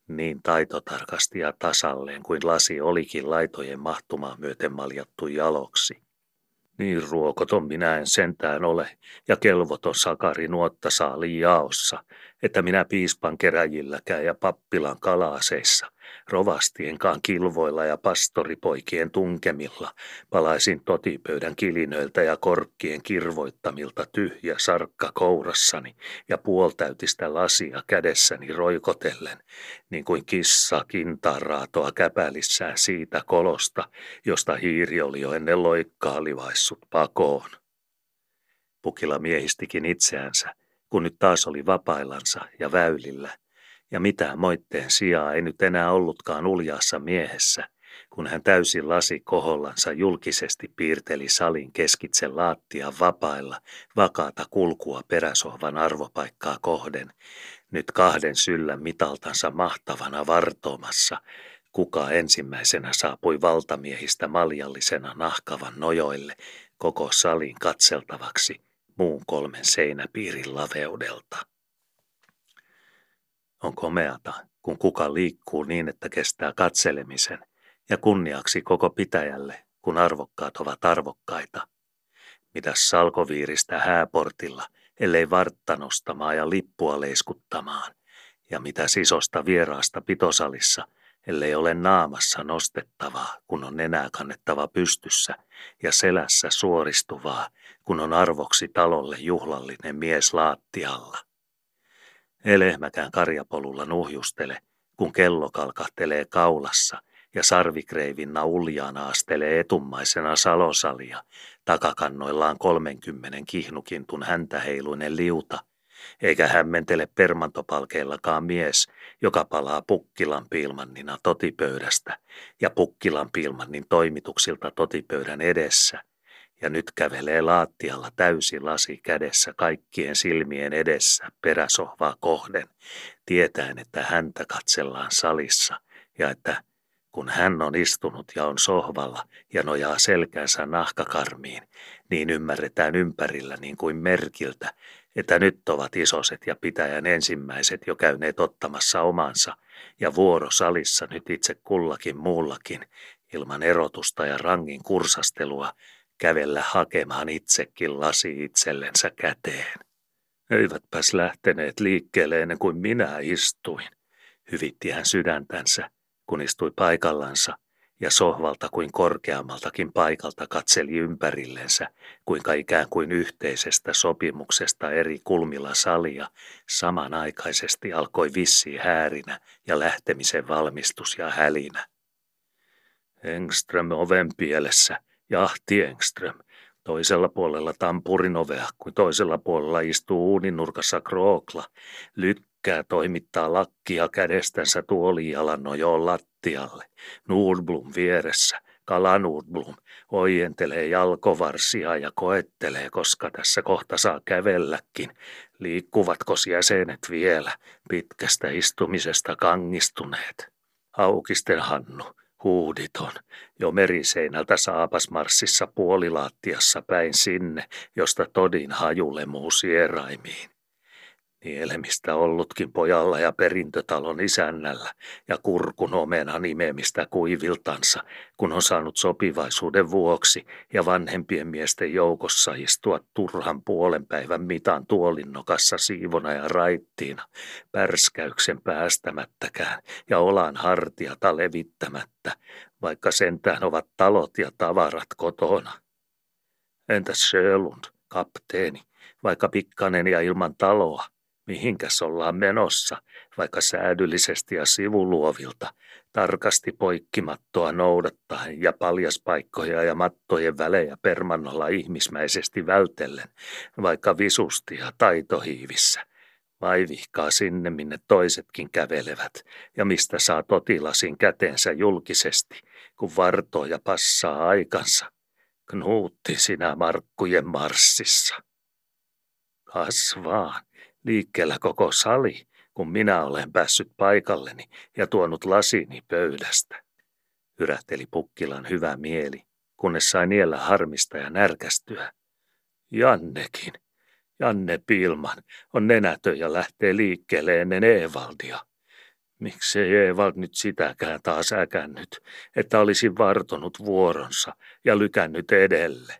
Niin taitotarkasti ja tasalleen kuin lasi olikin laitojen mahtumaa myöten maljattu jaloksi. Niin ruokoton minä en sentään ole, ja kelvoton sakari nuottasaalin jaossa, että minä piispan keräjilläkään ja pappilan kalaaseissa, rovastienkaan kilvoilla ja pastoripoikien tunkemilla, palaisin totipöydän kilinöiltä ja korkkien kirvoittamilta tyhjä sarkka kourassani ja puoltäytistä lasia kädessäni roikotellen, niin kuin kissa kintaaraatoa käpälissään siitä kolosta, josta hiiri oli jo ennen loikkaa livaissut pakoon. Pukila miehistikin itseänsä, kun nyt taas oli vapaillansa ja väylillä, ja mitään moitteen sijaa ei nyt enää ollutkaan uljaassa miehessä, kun hän täysin lasi kohollansa julkisesti piirteli salin keskitse laattian vapailla vakaata kulkua peräsohvan arvopaikkaa kohden, nyt kahden syllän mitaltansa mahtavana vartomassa, kuka ensimmäisenä saapui valtamiehistä maljallisena nahkavan nojoille koko salin katseltavaksi muun kolmen seinäpiirin laveudelta. On komeata, kun kuka liikkuu niin, että kestää katselemisen, ja kunniaksi koko pitäjälle, kun arvokkaat ovat arvokkaita. Mitäs salkoviiristä hääportilla, ellei vartta nostamaan ja lippua leiskuttamaan, ja mitä isosta vieraasta pitosalissa, ellei ole naamassa nostettavaa, kun on nenää kannettava pystyssä, ja selässä suoristuvaa, kun on arvoksi talolle juhlallinen mies laattialla. Ei lehmäkään karjapolulla nuhjustele, kun kello kalkahtelee kaulassa, ja sarvikreivinna uljaana astelee etummaisena salosalia, takakannoillaan kolmenkymmenen kihnukintun häntäheiluinen liuta, eikä hämmentele permantopalkeillakaan mies, joka palaa Pukkilan piilmannina totipöydästä ja Pukkilan piilmannin toimituksilta totipöydän edessä, ja nyt kävelee laattialla täysi lasi kädessä kaikkien silmien edessä peräsohvaa kohden, tietäen, että häntä katsellaan salissa ja että kun hän on istunut ja on sohvalla ja nojaa selkänsä nahkakarmiin, niin ymmärretään ympärillä niin kuin merkiltä, että nyt ovat isoset ja pitäjän ensimmäiset jo käyneet ottamassa omansa, ja vuoro salissa nyt itse kullakin muullakin, ilman erotusta ja rangin kursastelua, kävellä hakemaan itsekin lasi itsellensä käteen. Eivätpäs lähteneet liikkeelle ennen kuin minä istuin, hyvitti hän sydäntänsä, kun istui paikallansa, ja sohvalta kuin korkeammaltakin paikalta katseli ympärillensä, kuinka ikään kuin yhteisestä sopimuksesta eri kulmilla salia samanaikaisesti alkoi vissi häärinä ja lähtemisen valmistus ja hälinä. Engström oven pielessä, jahti Engström, toisella puolella tampurin ovea, kuin toisella puolella istuu uuninurkassa Krookla, lykkää toimittaa lakkia kädestänsä tuolijalan nojoon lattialle, Nordblom vieressä, Kala Nordblom ojentelee jalkovarsia ja koettelee, koska tässä kohta saa kävelläkin, liikkuvatko jäsenet vielä, pitkästä istumisesta kangistuneet. Aukisten Hannu, huuditon, jo meriseinältä saapasmarssissa puolilaattiassa päin sinne, josta todin haju lemuu sieraimiin. Nielemistä ollutkin pojalla ja perintötalon isännällä ja kurkun omena nimemistä kuiviltansa, kun on saanut sopivaisuuden vuoksi ja vanhempien miesten joukossa istua turhan puolen päivän mitan tuolinnokassa siivona ja raittiina, pärskäyksen päästämättäkään ja olan hartiata levittämättä, vaikka sentään ovat talot ja tavarat kotona. Entäs Sjölund, kapteeni, vaikka pikkanen ja ilman taloa? Mihinkäs ollaan menossa, vaikka säädyllisesti ja sivuluovilta, tarkasti poikkimattoa noudattaen ja paljaspaikkoja ja mattojen välejä permannolla ihmismäisesti vältellen, vaikka visusti ja taitohiivissä, vai vihkaa sinne, minne toisetkin kävelevät, ja mistä saa totilasin käteensä julkisesti, kun vartoo ja passaa aikansa. Knuutti sinä Markkujen marssissa. Kas vaan. Liikkeellä koko sali, kun minä olen päässyt paikalleni ja tuonut lasini pöydästä. Yrähteli Pukkilan hyvä mieli, kunnes sai niellä harmista ja närkästyä. Jannekin, Janne Piilman, on nenätön ja lähtee liikkeelle ennen Eevaldia. Miksei Eevald nyt sitäkään taas äkännyt, että olisi vartonut vuoronsa ja lykännyt edelle?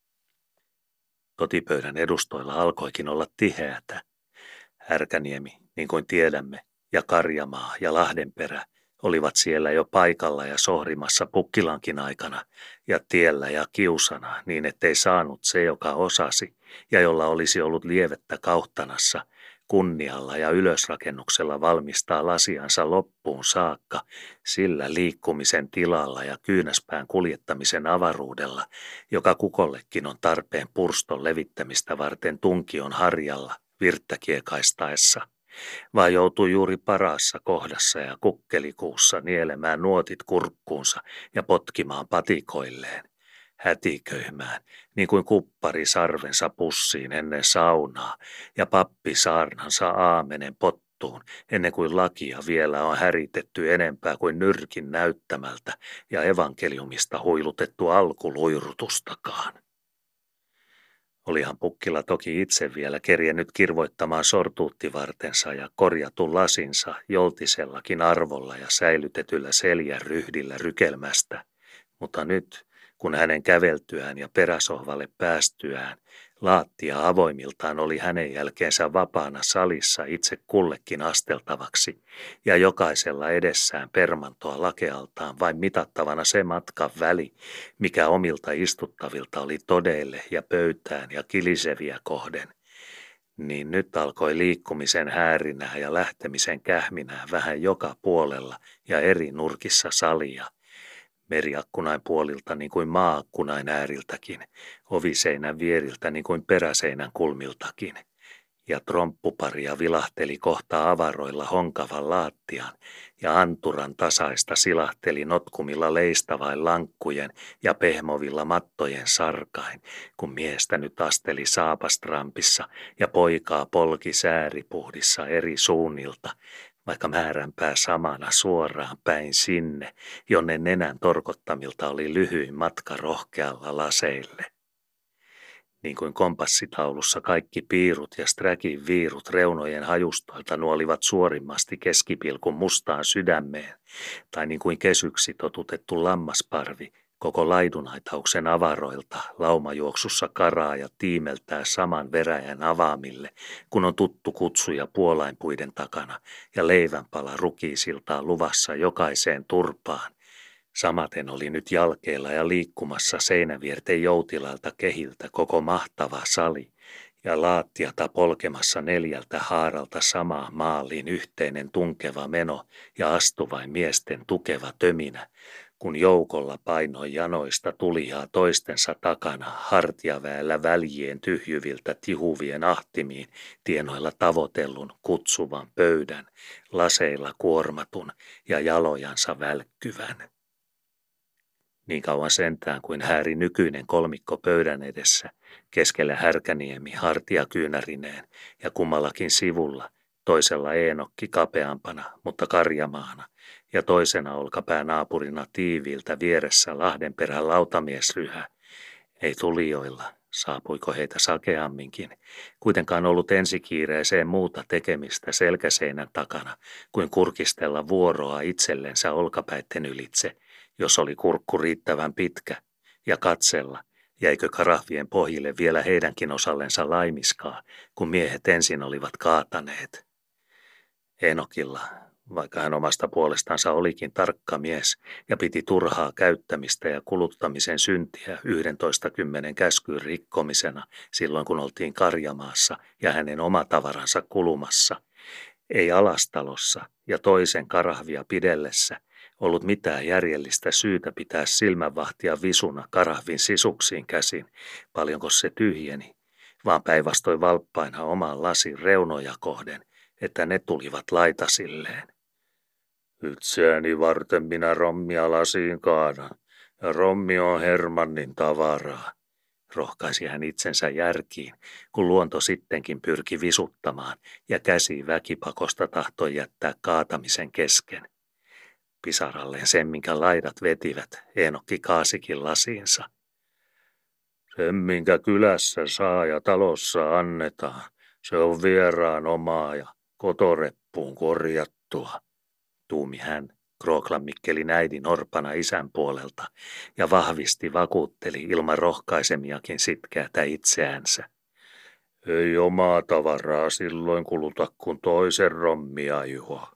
Kotipöydän edustoilla alkoikin olla tiheätä. Härkäniemi, niin kuin tiedämme, ja Karjamaa ja Lahdenperä olivat siellä jo paikalla ja sohrimassa pukkilankin aikana ja tiellä ja kiusana niin, ettei saanut se, joka osasi ja jolla olisi ollut lievettä kauhtanassa, kunnialla ja ylösrakennuksella valmistaa lasiansa loppuun saakka, sillä liikkumisen tilalla ja kyynäspään kuljettamisen avaruudella, joka kukollekin on tarpeen purston levittämistä varten tunkion harjalla virttä kiekaistaessa, vaan joutui juuri parassa kohdassa ja kukkelikuussa nielemään nuotit kurkkuunsa ja potkimaan patikoilleen, hätiköimään, niin kuin kuppari sarvensa pussiin ennen saunaa ja pappi saarnansa aamenen pottuun, ennen kuin lakia vielä on häritetty enempää kuin nyrkin näyttämältä ja evankeliumista huilutettu alkuluirutustakaan. Olihan Pukkila toki itse vielä kerjennyt kirvoittamaan sortuuttivartensa ja korjatun lasinsa joltisellakin arvolla ja säilytetyllä seljän ryhdillä rykelmästä, mutta nyt, kun hänen käveltyään ja peräsohvalle päästyään, laattia avoimiltaan oli hänen jälkeensä vapaana salissa itse kullekin asteltavaksi, ja jokaisella edessään permantoa lakealtaan vain mitattavana se matkan väli, mikä omilta istuttavilta oli todeille ja pöytään ja kiliseviä kohden, niin nyt alkoi liikkumisen häärinää ja lähtemisen kähminää vähän joka puolella ja eri nurkissa salia, meriakkunain puolilta niin kuin maaakkunain ääriltäkin, oviseinän vieriltä niin kuin peräseinän kulmiltakin. Ja tromppuparia vilahteli kohta avaroilla honkavan laattian, ja anturan tasaista silahteli notkumilla leistavain lankkujen ja pehmovilla mattojen sarkain, kun miestä nyt asteli saapastrampissa ja poikaa polki sääripuhdissa eri suunnilta, vaikka määränpää samana suoraan päin sinne, jonne nenän torkottamilta oli lyhyin matka rohkealla laseille. Niin kuin kompassitaulussa kaikki piirut ja sträkin viirut reunojen hajustoilta nuolivat suorimmasti keskipilkun mustaan sydämeen, tai niin kuin kesyksi totutettu lammasparvi koko laidunaitauksen avaroilta laumajuoksussa karaa ja tiimeltää saman veräjän avaamille, kun on tuttu kutsuja puolainpuiden takana ja leivänpala rukiisiltaan luvassa jokaiseen turpaan. Samaten oli nyt jalkeilla ja liikkumassa seinävierten joutilalta kehiltä koko mahtava sali ja laattiata polkemassa neljältä haaralta samaan maaliin yhteinen tunkeva meno ja astuvain miesten tukeva töminä, kun joukolla painoi janoista tulijaa toistensa takana hartiaväellä väljien tyhjyviltä tihuvien ahtimiin tienoilla tavoitellun kutsuvan pöydän, laseilla kuormatun ja jalojansa välkkyvän. Niin kauan sentään kuin hääri nykyinen kolmikko pöydän edessä, keskellä Härkäniemi hartiakyynärineen ja kummallakin sivulla, toisella Eenokki kapeampana, mutta Karjamaana, ja toisena olkapäänaapurina tiiviiltä vieressä Lahdenperän lautamiesryhä, ei tulijoilla, saapuiko heitä sakeamminkin, kuitenkaan ollut ensikiireeseen muuta tekemistä selkäseinän takana kuin kurkistella vuoroa itsellensä olkapäitten ylitse, jos oli kurkku riittävän pitkä, ja katsella, jäikö karahvien pohjille vielä heidänkin osallensa laimiskaa, kun miehet ensin olivat kaataneet. Enokilla, vaikka hän omasta puolestansa olikin tarkka mies ja piti turhaa käyttämistä ja kuluttamisen syntiä yhdentoista kymmenen käskyyn rikkomisena silloin, kun oltiin Karjamaassa ja hänen oma tavaransa kulumassa, ei alastalossa ja toisen karahvia pidellessä ollut mitään järjellistä syytä pitää silmänvahtia visuna karahvin sisuksiin käsin, paljonko se tyhjeni, vaan päinvastoin valppaina oman lasin reunoja kohden, että ne tulivat laitasilleen. Itseäni varten minä rommia lasiin kaadan, ja rommi on Hermannin tavaraa, rohkaisi hän itsensä järkiin, kun luonto sittenkin pyrki visuttamaan ja käsi väkipakosta tahtoi jättää kaatamisen kesken. Pisaralleen sen, minkä laidat vetivät, Eenokki kaasikin lasiinsa. Sen, minkä kylässä saa ja talossa annetaan, se on vieraan omaa ja kotoreppuun korjattua, tuumi hän, Krooklan Mikkelin äidin orpana isän puolelta, ja vahvisti vakuutteli ilman rohkaisemiakin sitkäätä itseänsä. Ei omaa tavaraa silloin kuluta kuin toisen rommia juo.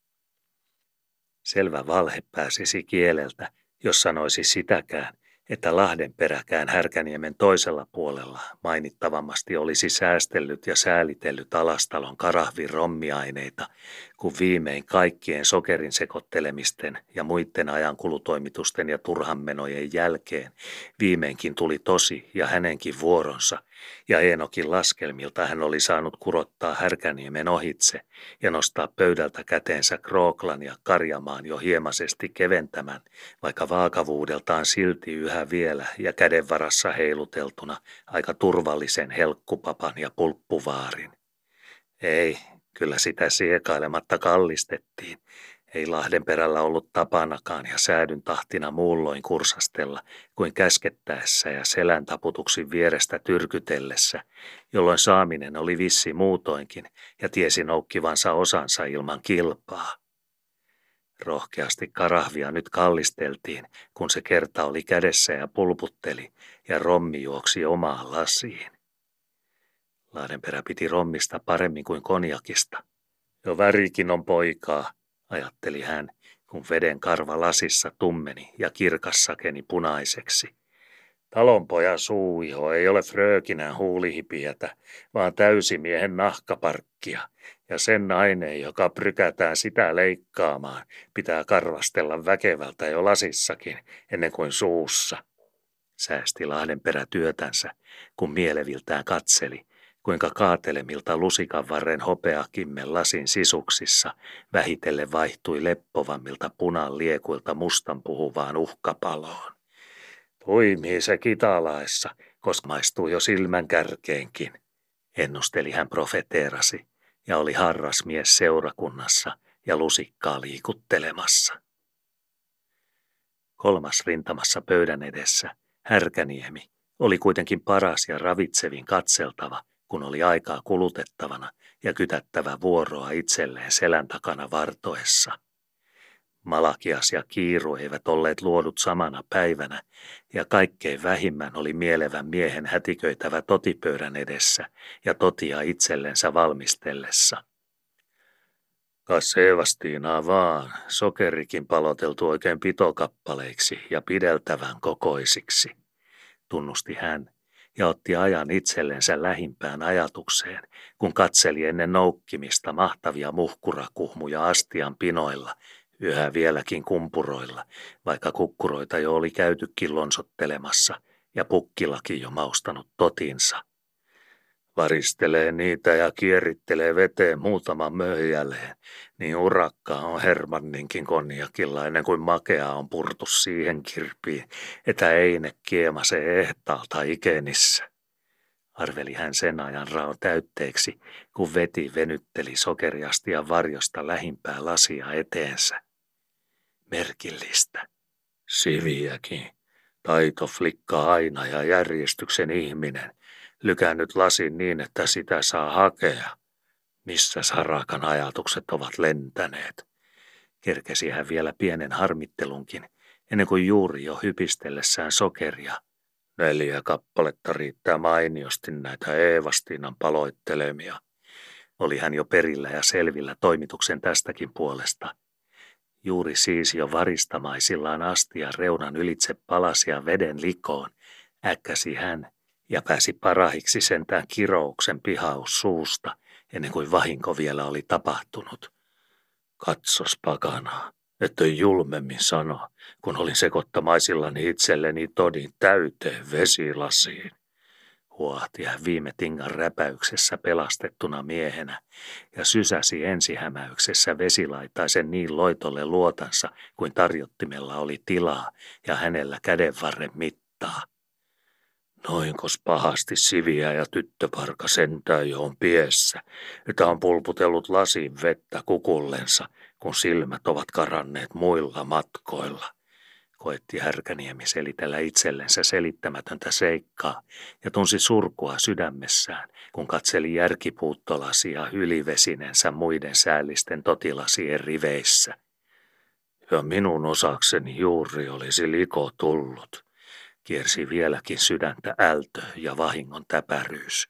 Selvä valhe pääsisi kieleltä, jos sanoisi sitäkään, että Lahdenperäkään Härkäniemen toisella puolella mainittavammasti olisi säästellyt ja säälitellyt Alastalon karahvin rommiaineita, kun viimein kaikkien sokerin sekoittelemisten ja muiden ajankulutoimitusten ja turhanmenojen jälkeen viimeinkin tuli tosi ja hänenkin vuoronsa, ja Eenokin laskelmilta hän oli saanut kurottaa Härkäniemen ohitse ja nostaa pöydältä käteensä Krooklan ja Karjamaan jo hiemasesti keventämän, vaikka vaakavuudeltaan silti yhä vielä ja käden varassa heiluteltuna aika turvallisen helkkupapan ja pulppuvaarin. Ei, kyllä sitä siekailematta kallistettiin. Ei Lahdenperällä ollut tapanakaan ja säädyn tahtina muulloin kursastella kuin käskettäessä ja selän taputuksin vierestä tyrkytellessä, jolloin saaminen oli vissi muutoinkin ja tiesi noukkivansa osansa ilman kilpaa. Rohkeasti karahvia nyt kallisteltiin, kun se kerta oli kädessä ja pulputteli ja rommi juoksi omaan lasiin. Lahdenperä piti rommista paremmin kuin konjakista. Jo värikin on poikaa, ajatteli hän, kun veden karva lasissa tummeni ja kirkas sakeni punaiseksi. Talonpojan suuiho ei ole fröökinän huulihipietä, vaan täysimiehen nahkaparkkia, ja sen aineen, joka prykätään sitä leikkaamaan, pitää karvastella väkevältä jo lasissakin, ennen kuin suussa. Säästi Lahdenperä työtänsä, kun mieleviltään katseli, kuinka kaatelemilta lusikanvarren hopeakimmen lasin sisuksissa vähitellen vaihtui leppovammilta punan liekuilta mustan puhuvaan uhkapaloon. Toimii se kitalaessa, koska maistuu jo silmän kärkeenkin, ennusteli hän profeteerasi ja oli harras mies seurakunnassa ja lusikkaa liikuttelemassa. Kolmas rintamassa pöydän edessä, Härkäniemi, oli kuitenkin paras ja ravitsevin katseltava, kun oli aikaa kulutettavana ja kytättävä vuoroa itselleen selän takana vartoessa. Malakias ja Kiiru eivät olleet luodut samana päivänä, ja kaikkein vähimmän oli mielevän miehen hätiköitävä totipöydän edessä ja totia itsellensä valmistellessa. Kas Eevastiinaa vaan, sokerikin paloteltu oikein pitokappaleiksi ja pideltävän kokoisiksi, tunnusti hän ja otti ajan itsellensä lähimpään ajatukseen, kun katseli ennen noukkimista mahtavia muhkurakuhmuja astian pinoilla, yhä vieläkin kumpuroilla, vaikka kukkuroita jo oli käytykin lonsottelemassa ja pukkilakin jo maustanut totinsa. Varistelee niitä ja kierittelee veteen muutaman möhjäleen, niin urakka on Hermanninkin konjakilla ennen kuin makea on purtu siihen kirpiin, että eine kiemasee ehtaalta ikenissä. Arveli hän sen ajan raon täytteeksi, kun veti venytteli sokeriastian varjosta lähimpää lasia eteensä. Merkillistä. Siviäkin. Taito flikka aina ja järjestyksen ihminen. Lykännyt lasin niin, että sitä saa hakea. Missä Sarakan ajatukset ovat lentäneet? Kerkesi hän vielä pienen harmittelunkin, ennen kuin juuri jo hypistellessään sokeria. Neljä kappaletta riittää mainiosti näitä Eevastiinan paloittelemia. Oli hän jo perillä ja selvillä toimituksen tästäkin puolesta. Juuri siis jo varistamaisillaan astian reunan ylitse palasia veden likoon, äkkäsi hän ja pääsi parahiksi sentään kirouksen pihaus suusta, ennen kuin vahinko vielä oli tapahtunut. Katsos pakanaa, ettei julmemmin sano, kun olin sekottamaisillani itselleni todin täyteen vesilasiin. Huohti hän viime tingan räpäyksessä pelastettuna miehenä ja sysäsi ensihämäyksessä vesilaitaisen niin loitolle luotansa kuin tarjottimella oli tilaa ja hänellä kädenvarren mittaa. Noinkos pahasti siviä ja tyttöparka sentään jo on piessä, että on pulputellut lasin vettä kukullensa, kun silmät ovat karanneet muilla matkoilla. Koetti Härkäniemi selitellä itsellensä selittämätöntä seikkaa ja tunsi surkua sydämessään, kun katseli järkipuuttolasia ylivesinensä muiden säällisten totilasien riveissä. Ja minun osakseni juuri olisi liko tullut. Kiersi vieläkin sydäntä ältö ja vahingon täpäryys.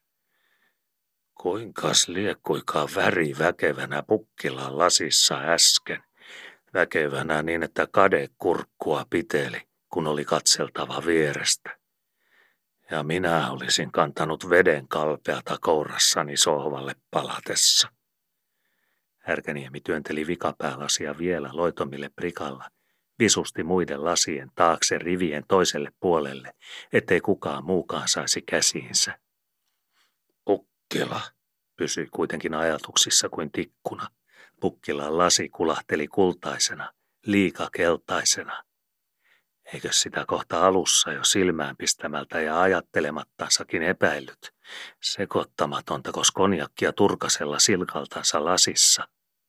Kuinkas liekkuikaan väri väkevänä Pukkilan lasissa äsken. Väkevänä niin, että kade kurkkua piteli, kun oli katseltava vierestä. Ja minä olisin kantanut veden kalpeata kourassani sohvalle palatessa. Härkäniemi työnteli vikapäälasia vielä loitomille prikalla, visusti muiden lasien taakse rivien toiselle puolelle, ettei kukaan muukaan saisi käsiinsä. Pukkila pysyi kuitenkin ajatuksissa kuin tikkuna. Pukkilan lasi kulahteli kultaisena, liikakeltaisena. Eikö sitä kohta alussa jo silmään pistämältä ja ajattelemattansakin epäillyt, sekoittamatonta kos konjakkia turkasella silkaltansa lasissa.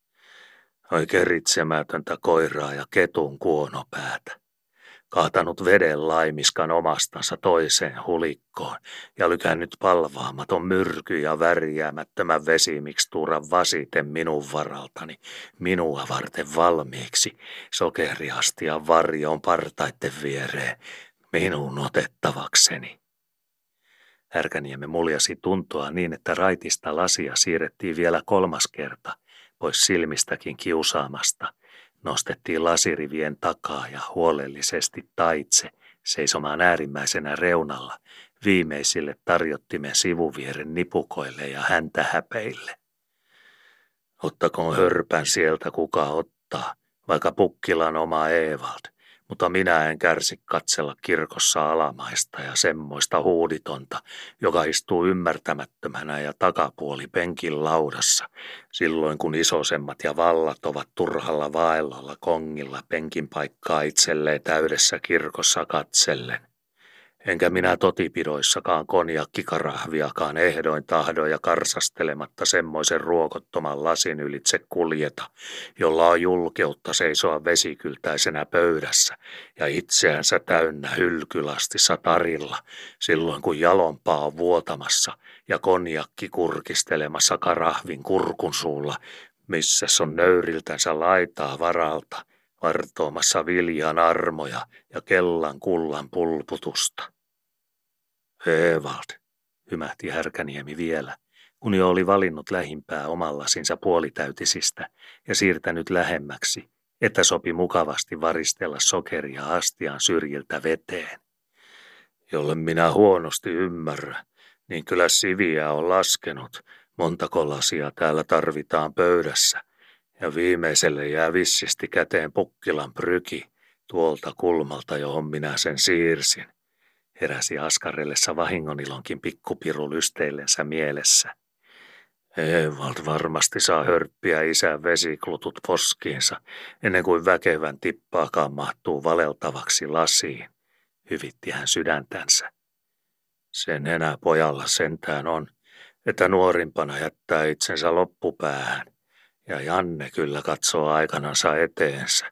Oi keritsemätöntä koiraa ja ketun kuonopäätä. Kaatanut veden laimiskan omastansa toiseen hulikkoon ja lykännyt palvaamaton myrky ja värjäämättömän vesimikstuuran vasiten minun varaltani, minua varten valmiiksi, sokeriastian varjoon partaitten viereen, minun otettavakseni. Härkäniemi muljasi tuntoa niin, että raitista lasia siirrettiin vielä kolmas kerta, pois silmistäkin kiusaamasta. Nostettiin lasirivien takaa ja huolellisesti taitse seisomaan äärimmäisenä reunalla viimeisille tarjottimen sivuvieren nipukoille ja häntähäpeille. Ottakoon hörpän sieltä kuka ottaa, vaikka Pukkilan oma Evald, mutta minä en kärsi katsella kirkossa alamaista ja semmoista huuditonta, joka istuu ymmärtämättömänä ja takapuoli penkin laudassa, silloin kun isosemmat ja vallat ovat turhalla vaellolla kongilla penkin paikkaa itselleen täydessä kirkossa katsellen. Enkä minä totipidoissakaan konjakkikarahviakaan ehdoin tahdoin ja karsastelematta semmoisen ruokottoman lasin ylitse kuljeta, jolla on julkeutta seisoa vesikyltäisenä pöydässä ja itseänsä täynnä hylkylastissa tarilla, silloin kun jalompaa on vuotamassa ja konjakki kurkistelemassa karahvin kurkun suulla, missä on nöyriltänsä laitaa varalta, vartoamassa viljan armoja ja kellan kullan pulputusta. Evald, hymähti Härkäniemi vielä, kun jo oli valinnut lähimpää oman lasinsa puolitäytisistä ja siirtänyt lähemmäksi, että sopi mukavasti varistella sokeria astian syrjiltä veteen. Jolle minä huonosti ymmärrä, niin kyllä siviä on laskenut, montako lasia täällä tarvitaan pöydässä, ja viimeiselle jää vissisti käteen Pukkilan pryki tuolta kulmalta, johon minä sen siirsin. Heräsi askarellessa vahingonilonkin pikkupiru lysteillensä mielessä. Evald varmasti saa hörppiä isän vesiklutut poskiinsa, ennen kuin väkevän tippaakaan mahtuu valeltavaksi lasiin, hyvitti hän sydäntänsä. Sen enää pojalla sentään on, että nuorimpana jättää itsensä loppupäähän, ja Janne kyllä katsoo aikanansa eteensä.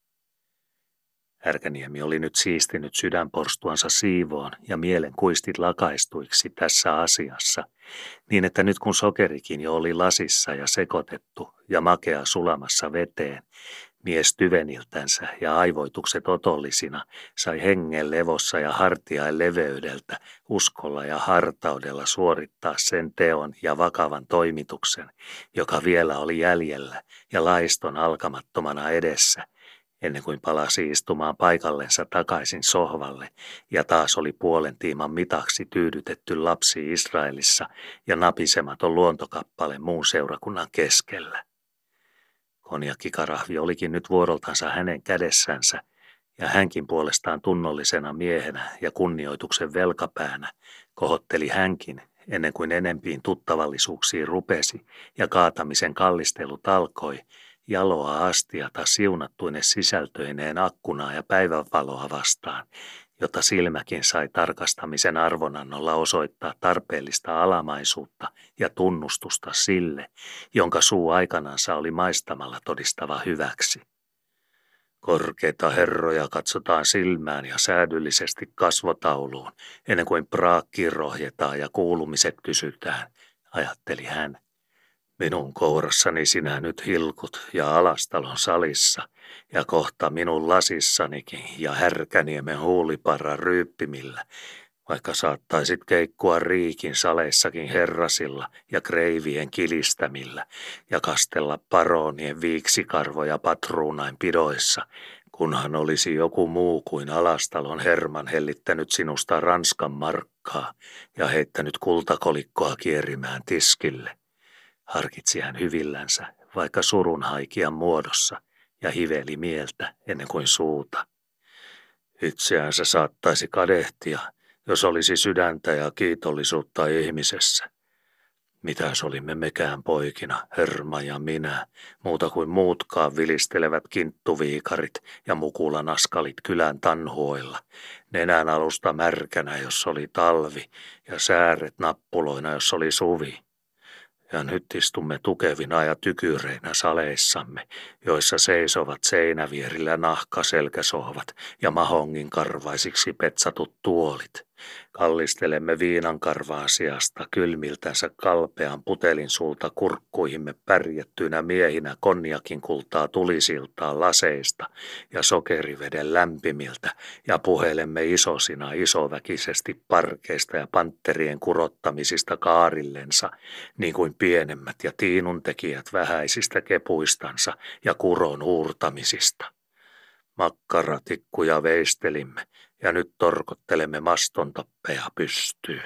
Härkäniemi oli nyt siistinyt sydänporstuansa siivoon ja mielen kuistit lakaistuiksi tässä asiassa, niin että nyt kun sokerikin jo oli lasissa ja sekoitettu ja makea sulamassa veteen, mies tyveniltänsä ja aivoitukset otollisina sai hengen levossa ja hartiain leveydeltä, uskolla ja hartaudella suorittaa sen teon ja vakavan toimituksen, joka vielä oli jäljellä ja laiston alkamattomana edessä, ennen kuin palasi istumaan paikallensa takaisin sohvalle ja taas oli puolen tiiman mitaksi tyydytetty lapsi Israelissa ja napisematon luontokappale muun seurakunnan keskellä. Konjakkikarahvi olikin nyt vuoroltansa hänen kädessänsä, ja hänkin puolestaan tunnollisena miehenä ja kunnioituksen velkapäänä kohotteli hänkin, ennen kuin enempiin tuttavallisuuksiin rupesi ja kaatamisen kallistelut alkoi, jaloa astiata siunattuine sisältöineen akkunaa ja päivänvaloa vastaan, jota silmäkin sai tarkastamisen arvonannolla osoittaa tarpeellista alamaisuutta ja tunnustusta sille, jonka suu aikanansa oli maistamalla todistava hyväksi. Korkeita herroja katsotaan silmään ja säädyllisesti kasvotauluun, ennen kuin praakkiin rohjetaan ja kuulumiset kysytään, ajatteli hän. Minun kourassani sinä nyt hilkut ja Alastalon salissa, ja kohta minun lasissanikin ja Härkäniemen huuliparran ryyppimillä, vaikka saattaisit keikkua Riikin saleissakin herrasilla ja kreivien kilistämillä ja kastella paroonien viiksikarvoja patruunain pidoissa, kunhan olisi joku muu kuin Alastalon Herman hellittänyt sinusta Ranskan markkaa ja heittänyt kultakolikkoa kierimään tiskille. Harkitsi hän hyvillänsä, vaikka surun haikian muodossa, ja hiveli mieltä ennen kuin suuta. Itseänsä saattaisi kadehtia, jos olisi sydäntä ja kiitollisuutta ihmisessä. Mitäs olimme mekään poikina, Herma ja minä, muuta kuin muutkaan vilistelevät kinttuviikarit ja mukulanaskalit kylän tanhuoilla, nenän alusta märkänä, jos oli talvi, ja sääret nappuloina, jos oli suvi. Ja nyt istumme tukevina ja tykyreinä saleissamme, joissa seisovat seinävierillä nahkaselkäsohvat ja mahongin karvaisiksi petsatut tuolit. Kallistelemme viinankarvaan sijasta kylmiltänsä kalpean putelin sulta kurkkuihimme pärjättyinä miehinä konjakin kultaa tulisiltaa laseista ja sokeriveden lämpimiltä ja puhelemme isosina isoväkisesti parkeista ja pantterien kurottamisista kaarillensa, niin kuin pienemmät ja tiinuntekijät vähäisistä kepuistansa ja kuron uurtamisista. Makkaratikkuja veistelimme ja nyt torkottelemme mastontoppeja pystyyn.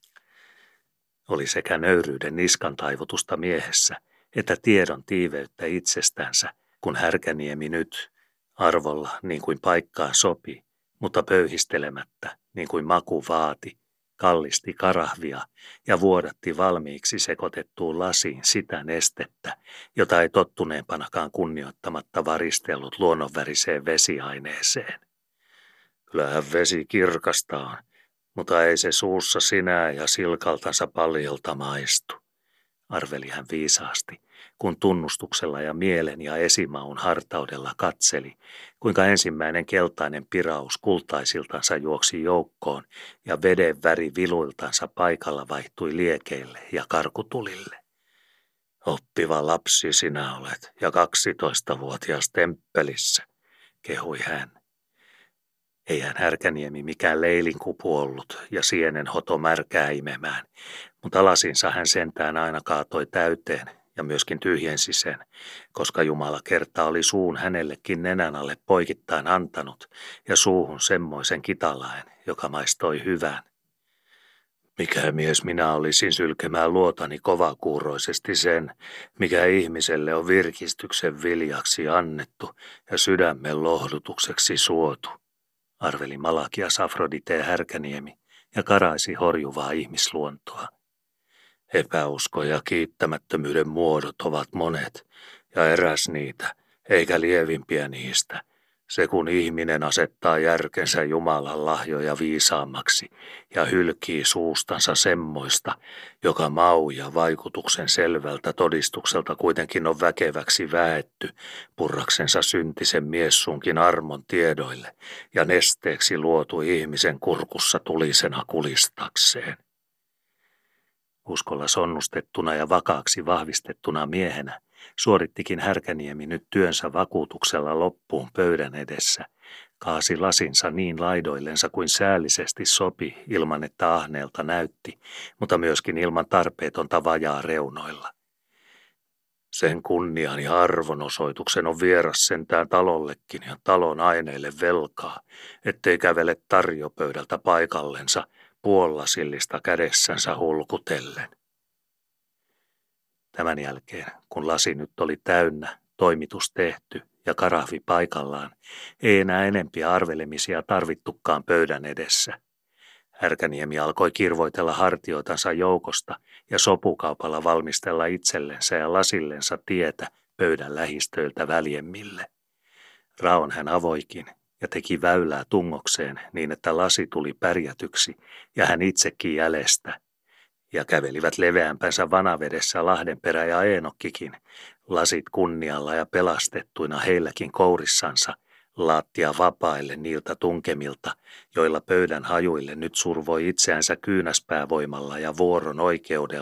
Oli sekä nöyryyden niskan taivutusta miehessä että tiedon tiiveyttä itsestänsä, kun Härkäniemi nyt, arvolla niin kuin paikkaan sopi, mutta pöyhistelemättä niin kuin maku vaati, kallisti karahvia ja vuodatti valmiiksi sekotettuun lasiin sitä nestettä, jota ei tottuneempanakaan kunnioittamatta varistellut luonnonväriseen vesiaineeseen. Kyllähän vesi kirkasta on, mutta ei se suussa sinä ja silkaltansa paljolta maistu, arveli hän viisaasti, kun tunnustuksella ja mielen ja esimaun hartaudella katseli, kuinka ensimmäinen keltainen piraus kultaisiltansa juoksi joukkoon ja veden väri viluiltansa paikalla vaihtui liekeille ja karkutulille. Oppiva lapsi sinä olet ja kaksitoistavuotias temppelissä, kehui hän. Eihän Härkäniemi mikään leilinkupu ollut ja sienen hoto märkää imemään, mutta lasinsa hän sentään aina kaatoi täyteen ja myöskin tyhjensi sen, koska Jumala kerta oli suun hänellekin nenän alle poikittain antanut ja suuhun semmoisen kitalaen, joka maistoi hyvän. Mikä mies minä olisin sylkemään luotani kovakuuroisesti sen, mikä ihmiselle on virkistyksen viljaksi annettu ja sydämen lohdutukseksi suotu, arveli Malakias Afrodite Härkäniemi ja karaisi horjuvaa ihmisluontoa. Epäusko ja kiittämättömyyden muodot ovat monet, ja eräs niitä, eikä lievimpiä niistä, se kun ihminen asettaa järkensä Jumalan lahjoja viisaammaksi ja hylkii suustansa semmoista, joka mau ja vaikutuksen selvältä todistukselta kuitenkin on väkeväksi väetty, purraksensa syntisen miessunkin armon tiedoille ja nesteeksi luotu ihmisen kurkussa tulisena kulistakseen. Uskolla sonnustettuna ja vakaaksi vahvistettuna miehenä suorittikin Härkäniemi nyt työnsä vakuutuksella loppuun pöydän edessä, kaasi lasinsa niin laidoillensa kuin säällisesti sopi ilman että ahneelta näytti, mutta myöskin ilman tarpeetonta vajaa reunoilla. Sen kunnian ja arvonosoituksen on vieras sentään talollekin ja talon aineille velkaa, ettei kävele tarjopöydältä paikallensa puollasillista kädessänsä hulkutellen. Tämän jälkeen, kun lasi nyt oli täynnä, toimitus tehty ja karahvi paikallaan, ei enää enempiä arvelemisia tarvittukaan pöydän edessä. Härkäniemi alkoi kirvoitella hartioitansa joukosta ja sopukaupalla valmistella itsellensä ja lasillensa tietä pöydän lähistöiltä väljemmille. Raon hän avoikin ja teki väylää tungokseen niin, että lasi tuli pärjätyksi ja hän itsekin jäljestä. Ja kävelivät leveämpänsä vanavedessä Lahdenperä ja Eenokkikin, lasit kunnialla ja pelastettuina heilläkin kourissansa, laattia vapaille niiltä tunkemilta, joilla pöydän hajuille nyt survoi itseänsä kyynäspäävoimalla ja vuoron oikeudella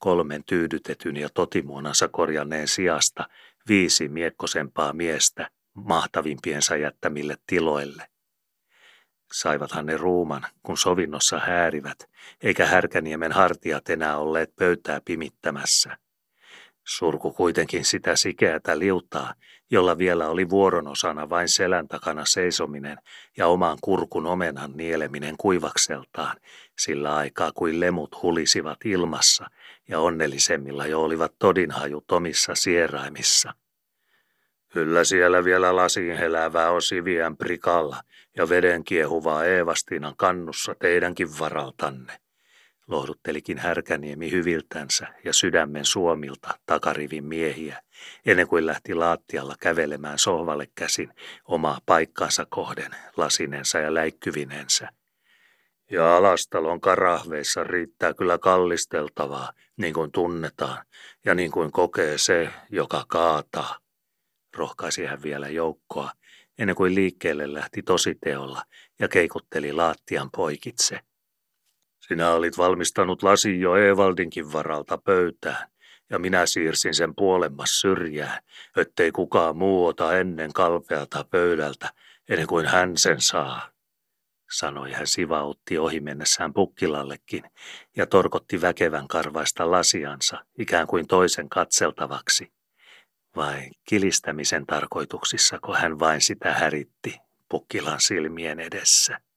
kolmen tyydytetyn ja totimuonansa korjanneen sijasta viisi miekkosempaa miestä mahtavimpiensa jättämille tiloille. Saivathan ne ruuman, kun sovinnossa häärivät, eikä Härkäniemen hartiat enää olleet pöytää pimittämässä. Surku kuitenkin sitä sikeätä liutaa, jolla vielä oli vuoron osana vain selän takana seisominen ja oman kurkun omenan nieleminen kuivakseltaan, sillä aikaa kuin lemut hulisivat ilmassa ja onnellisemmilla jo olivat todinhajut omissa sieraimissa. Kyllä siellä vielä lasiin helävää on Siviän prikalla ja veden kiehuvaa Eevastiinan kannussa teidänkin varaltanne, lohduttelikin Härkäniemi hyviltänsä ja sydämen suomilta takarivin miehiä, ennen kuin lähti laattialla kävelemään sohvalle käsin omaa paikkaansa kohden lasinensa ja läikkyvinensä. Ja Alastalon karahveissa riittää kyllä kallisteltavaa, niin kuin tunnetaan, ja niin kuin kokee se, joka kaataa. Rohkaisi hän vielä joukkoa, ennen kuin liikkeelle lähti tositeolla ja keikutteli laattian poikitse. Sinä olit valmistanut lasin jo Evaldinkin varalta pöytään, ja minä siirsin sen puolemmas syrjään, ettei kukaan muu ota ennen kalpealta pöydältä, ennen kuin hän sen saa, sanoi hän sivautti ohi mennessään Pukkilallekin ja torkotti väkevän karvaista lasiansa ikään kuin toisen katseltavaksi. Vai kilistämisen tarkoituksissako hän vain sitä häritti Pukkilan silmien edessä?